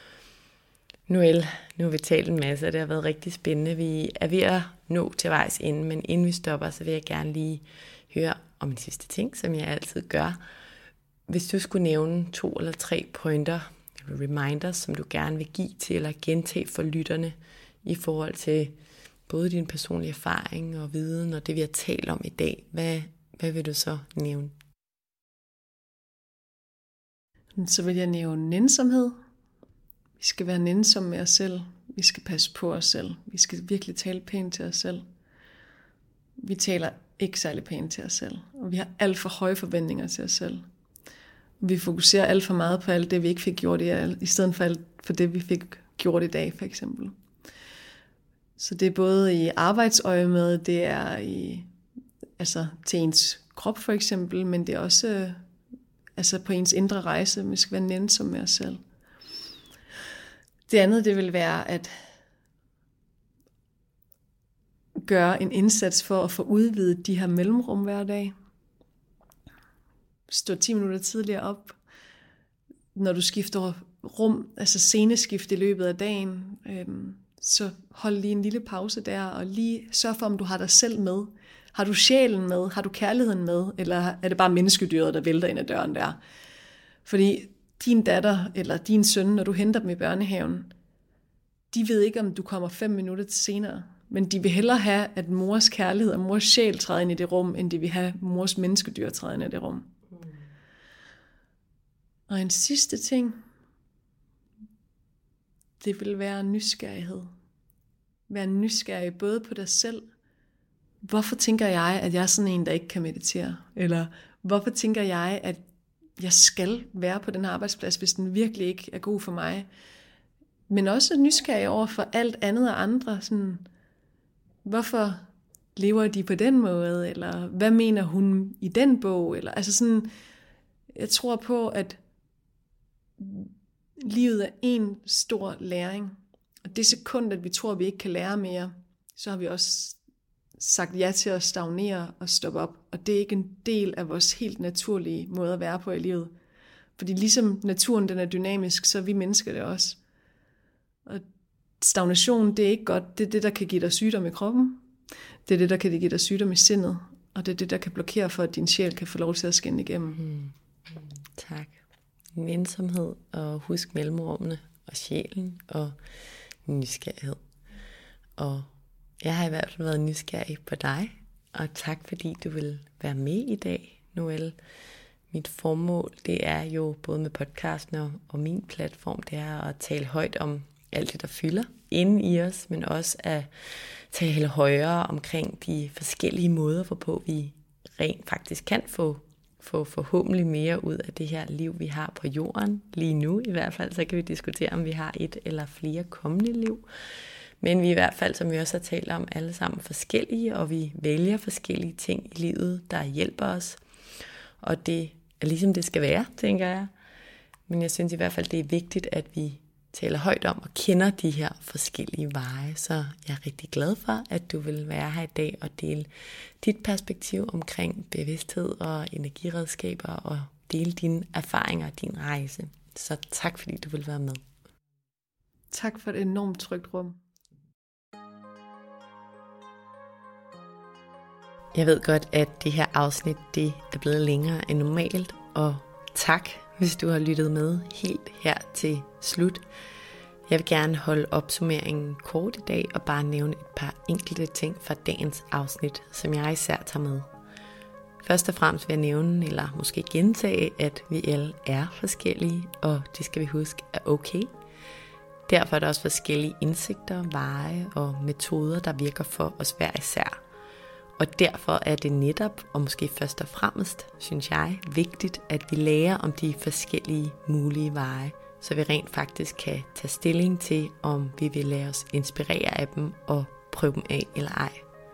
Noel, nu har vi talt en masse, og det har været rigtig spændende. Vi er ved at nå til vejs ende, men inden vi stopper, så vil jeg gerne lige høre om en sidste ting, som jeg altid gør. Hvis du skulle nævne to eller tre pointer, reminders, som du gerne vil give til eller gentage for lytterne i forhold til både din personlige erfaring og viden og det, vi har talt om i dag, hvad, hvad vil du så nævne? Så vil jeg nævne nænsomhed. Vi skal være nænsomme med os selv. Vi skal passe på os selv. Vi skal virkelig tale pænt til os selv. Vi taler ikke særlig pænt til os selv. Og vi har alt for høje forventninger til os selv. Vi fokuserer alt for meget på alt det, vi ikke fik gjort i, i stedet for alt for det, vi fik gjort i dag, for eksempel. Så det er både i arbejdsøje med, det er i, altså til ens krop for eksempel, men det er også altså på ens indre rejse. Vi skal være nænsom med os selv. Det andet, det vil være at gøre en indsats for at få udvidet de her mellemrum hver dag. Stå ti minutter tidligere op. Når du skifter rum, altså sceneskift i løbet af dagen, øhm, så hold lige en lille pause der, og lige sørg for, om du har dig selv med. Har du sjælen med? Har du kærligheden med? Eller er det bare menneskedyret, der vælter ind ad døren der? Fordi din datter eller din søn, når du henter dem i børnehaven, de ved ikke, om du kommer fem minutter senere. Men de vil hellere have, at mors kærlighed og mors sjæl træder ind i det rum, end de vil have mors menneskedyr træder ind i det rum. Mm. Og en sidste ting, det vil være nysgerrighed. Være nysgerrig både på dig selv. Hvorfor tænker jeg, at jeg er sådan en, der ikke kan meditere? Eller hvorfor tænker jeg, at jeg skal være på den her arbejdsplads, hvis den virkelig ikke er god for mig? Men også nysgerrig over for alt andet og andre. Sådan, hvorfor lever de på den måde? Eller hvad mener hun i den bog? Eller, altså sådan, jeg tror på, at livet er en stor læring. Og det sekund, at vi tror, at vi ikke kan lære mere, så har vi også sagt ja til at stagnere og stoppe op. Og det er ikke en del af vores helt naturlige måde at være på i livet. Fordi ligesom naturen den er dynamisk, så er vi mennesker det også. Og stagnation, det er ikke godt. Det er det, der kan give dig sygdom i kroppen. Det er det, der kan give dig sygdom i sindet. Og det er det, der kan blokere for, at din sjæl kan få lov til at skinne igennem. Mm. Tak. Ensomhed og husk mellemrummene og sjælen og nysgerrighed. Og jeg har i hvert fald været nysgerrig på dig, og tak fordi du vil være med i dag, Noelle. Mit formål, det er jo både med podcasten og, og min platform, det er at tale højt om alt det, der fylder inde i os, men også at tale højere omkring de forskellige måder, hvorpå vi rent faktisk kan få, få forhåbentlig mere ud af det her liv, vi har på jorden. Lige nu i hvert fald, så kan vi diskutere, om vi har et eller flere kommende liv. Men vi er i hvert fald, som vi også har talt om, alle sammen forskellige, og vi vælger forskellige ting i livet, der hjælper os. Og det er ligesom det skal være, tænker jeg. Men jeg synes i hvert fald, det er vigtigt, at vi taler højt om og kender de her forskellige veje. Så jeg er rigtig glad for, at du vil være her i dag og dele dit perspektiv omkring bevidsthed og energiredskaber og dele dine erfaringer og din rejse. Så tak, fordi du vil være med. Tak for et enormt trygt rum. Jeg ved godt, at det her afsnit det er blevet længere end normalt, og tak, hvis du har lyttet med helt her til slut. Jeg vil gerne holde opsummeringen kort i dag og bare nævne et par enkelte ting fra dagens afsnit, som jeg især tager med. Først og fremmest vil jeg nævne, eller måske gentage, at vi alle er forskellige, og det skal vi huske er okay. Derfor er der også forskellige indsigter, veje og metoder, der virker for os hver især. Og derfor er det netop, og måske først og fremmest, synes jeg, vigtigt, at vi lærer om de forskellige mulige veje, så vi rent faktisk kan tage stilling til, om vi vil lade os inspirere af dem og prøve dem af eller ej.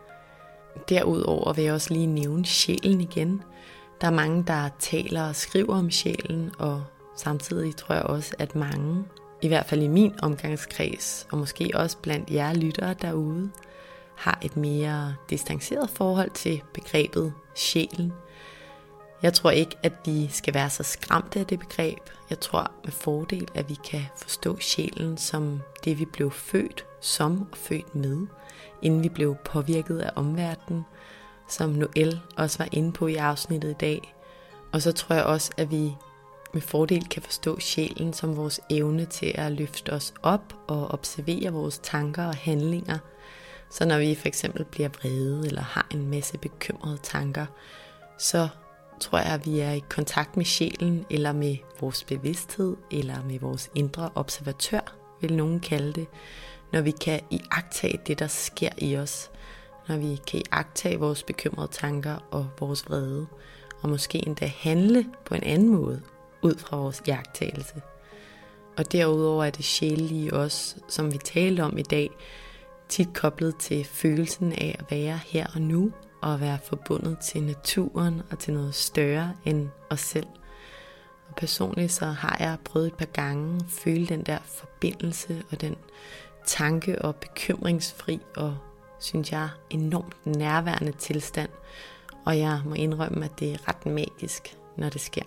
Derudover vil jeg også lige nævne sjælen igen. Der er mange, der taler og skriver om sjælen, og samtidig tror jeg også, at mange, i hvert fald i min omgangskreds, og måske også blandt jer lyttere derude, har et mere distanceret forhold til begrebet sjælen. Jeg tror ikke, at vi skal være så skræmte af det begreb. Jeg tror med fordel, at vi kan forstå sjælen som det, vi blev født som og født med, inden vi blev påvirket af omverdenen, som Noelle også var inde på i afsnittet i dag. Og så tror jeg også, at vi med fordel kan forstå sjælen som vores evne til at løfte os op og observere vores tanker og handlinger. Så når vi for eksempel bliver vrede eller har en masse bekymrede tanker, så tror jeg, at vi er i kontakt med sjælen eller med vores bevidsthed eller med vores indre observatør, vil nogen kalde det, når vi kan iagttage det, der sker i os, når vi kan iagttage vores bekymrede tanker og vores vrede, og måske endda handle på en anden måde ud fra vores iagttagelse. Og derudover er det sjælelige også, som vi talte om i dag, tit koblet til følelsen af at være her og nu, og at være forbundet til naturen og til noget større end os selv. Og personligt så har jeg prøvet et par gange at føle den der forbindelse og den tanke- og bekymringsfri og, synes jeg, enormt nærværende tilstand. Og jeg må indrømme, at det er ret magisk, når det sker.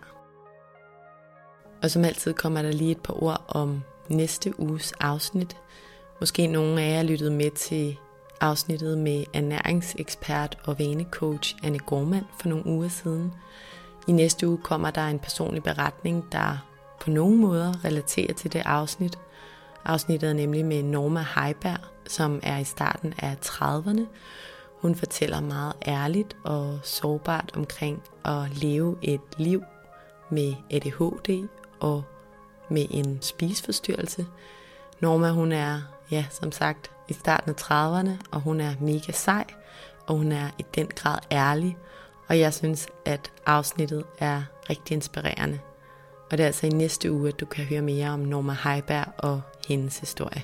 Og som altid kommer der lige et par ord om næste uges afsnit. Måske nogle af jer lyttede med til afsnittet med ernæringsekspert og vanecoach Anne Gormand for nogle uger siden. I næste uge kommer der en personlig beretning, der på nogle måder relaterer til det afsnit. Afsnittet er nemlig med Norma Heiberg, som er i starten af trediverne. Hun fortæller meget ærligt og sårbart omkring at leve et liv med A D H D og med en spiseforstyrrelse. Norma, hun er, ja, som sagt, i starten af trediverne, og hun er mega sej, og hun er i den grad ærlig, og jeg synes, at afsnittet er rigtig inspirerende. Og det er altså i næste uge, at du kan høre mere om Norma Heiberg og hendes historie.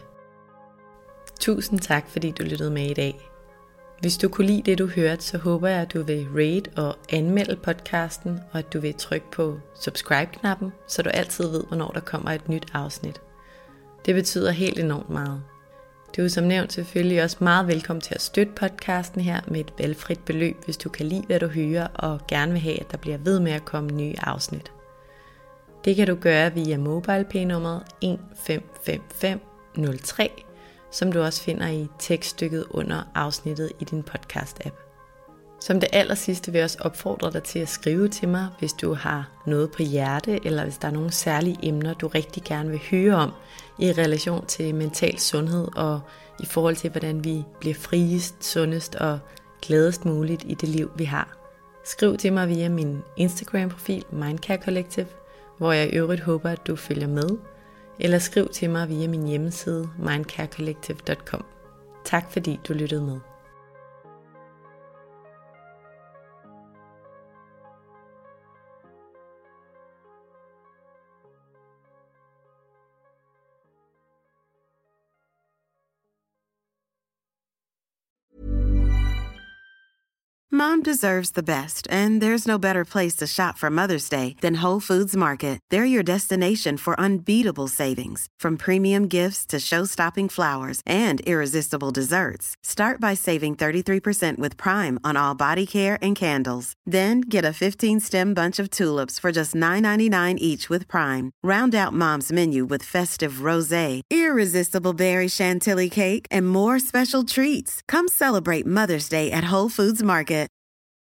Tusind tak, fordi du lyttede med i dag. Hvis du kunne lide det, du hørte, så håber jeg, at du vil rate og anmelde podcasten, og at du vil trykke på subscribe-knappen, så du altid ved, hvornår der kommer et nyt afsnit. Det betyder helt enormt meget. Du er som nævnt selvfølgelig også meget velkommen til at støtte podcasten her med et valgfrit beløb, hvis du kan lide, hvad du hører, og gerne vil have, at der bliver ved med at komme nye afsnit. Det kan du gøre via MobilePay-nummeret et fem fem fem nul tre, som du også finder i tekststykket under afsnittet i din podcast-app. Som det aller sidste vil jeg også opfordre dig til at skrive til mig, hvis du har noget på hjerte, eller hvis der er nogle særlige emner, du rigtig gerne vil høre om i relation til mental sundhed og i forhold til, hvordan vi bliver friest, sundest og gladest muligt i det liv, vi har. Skriv til mig via min Instagram-profil Mindcare Collective, hvor jeg i øvrigt håber, at du følger med, eller skriv til mig via min hjemmeside mindcare collective punktum com. Tak fordi du lyttede med. Mom deserves the best, and there's no better place to shop for Mother's Day than Whole Foods Market. They're your destination for unbeatable savings, from premium gifts to show-stopping flowers and irresistible desserts. Start by saving thirty-three percent with Prime on all body care and candles. Then get a fifteen-stem bunch of tulips for just nine ninety-nine each with Prime. Round out Mom's menu with festive rosé, irresistible berry chantilly cake, and more special treats. Come celebrate Mother's Day at Whole Foods Market.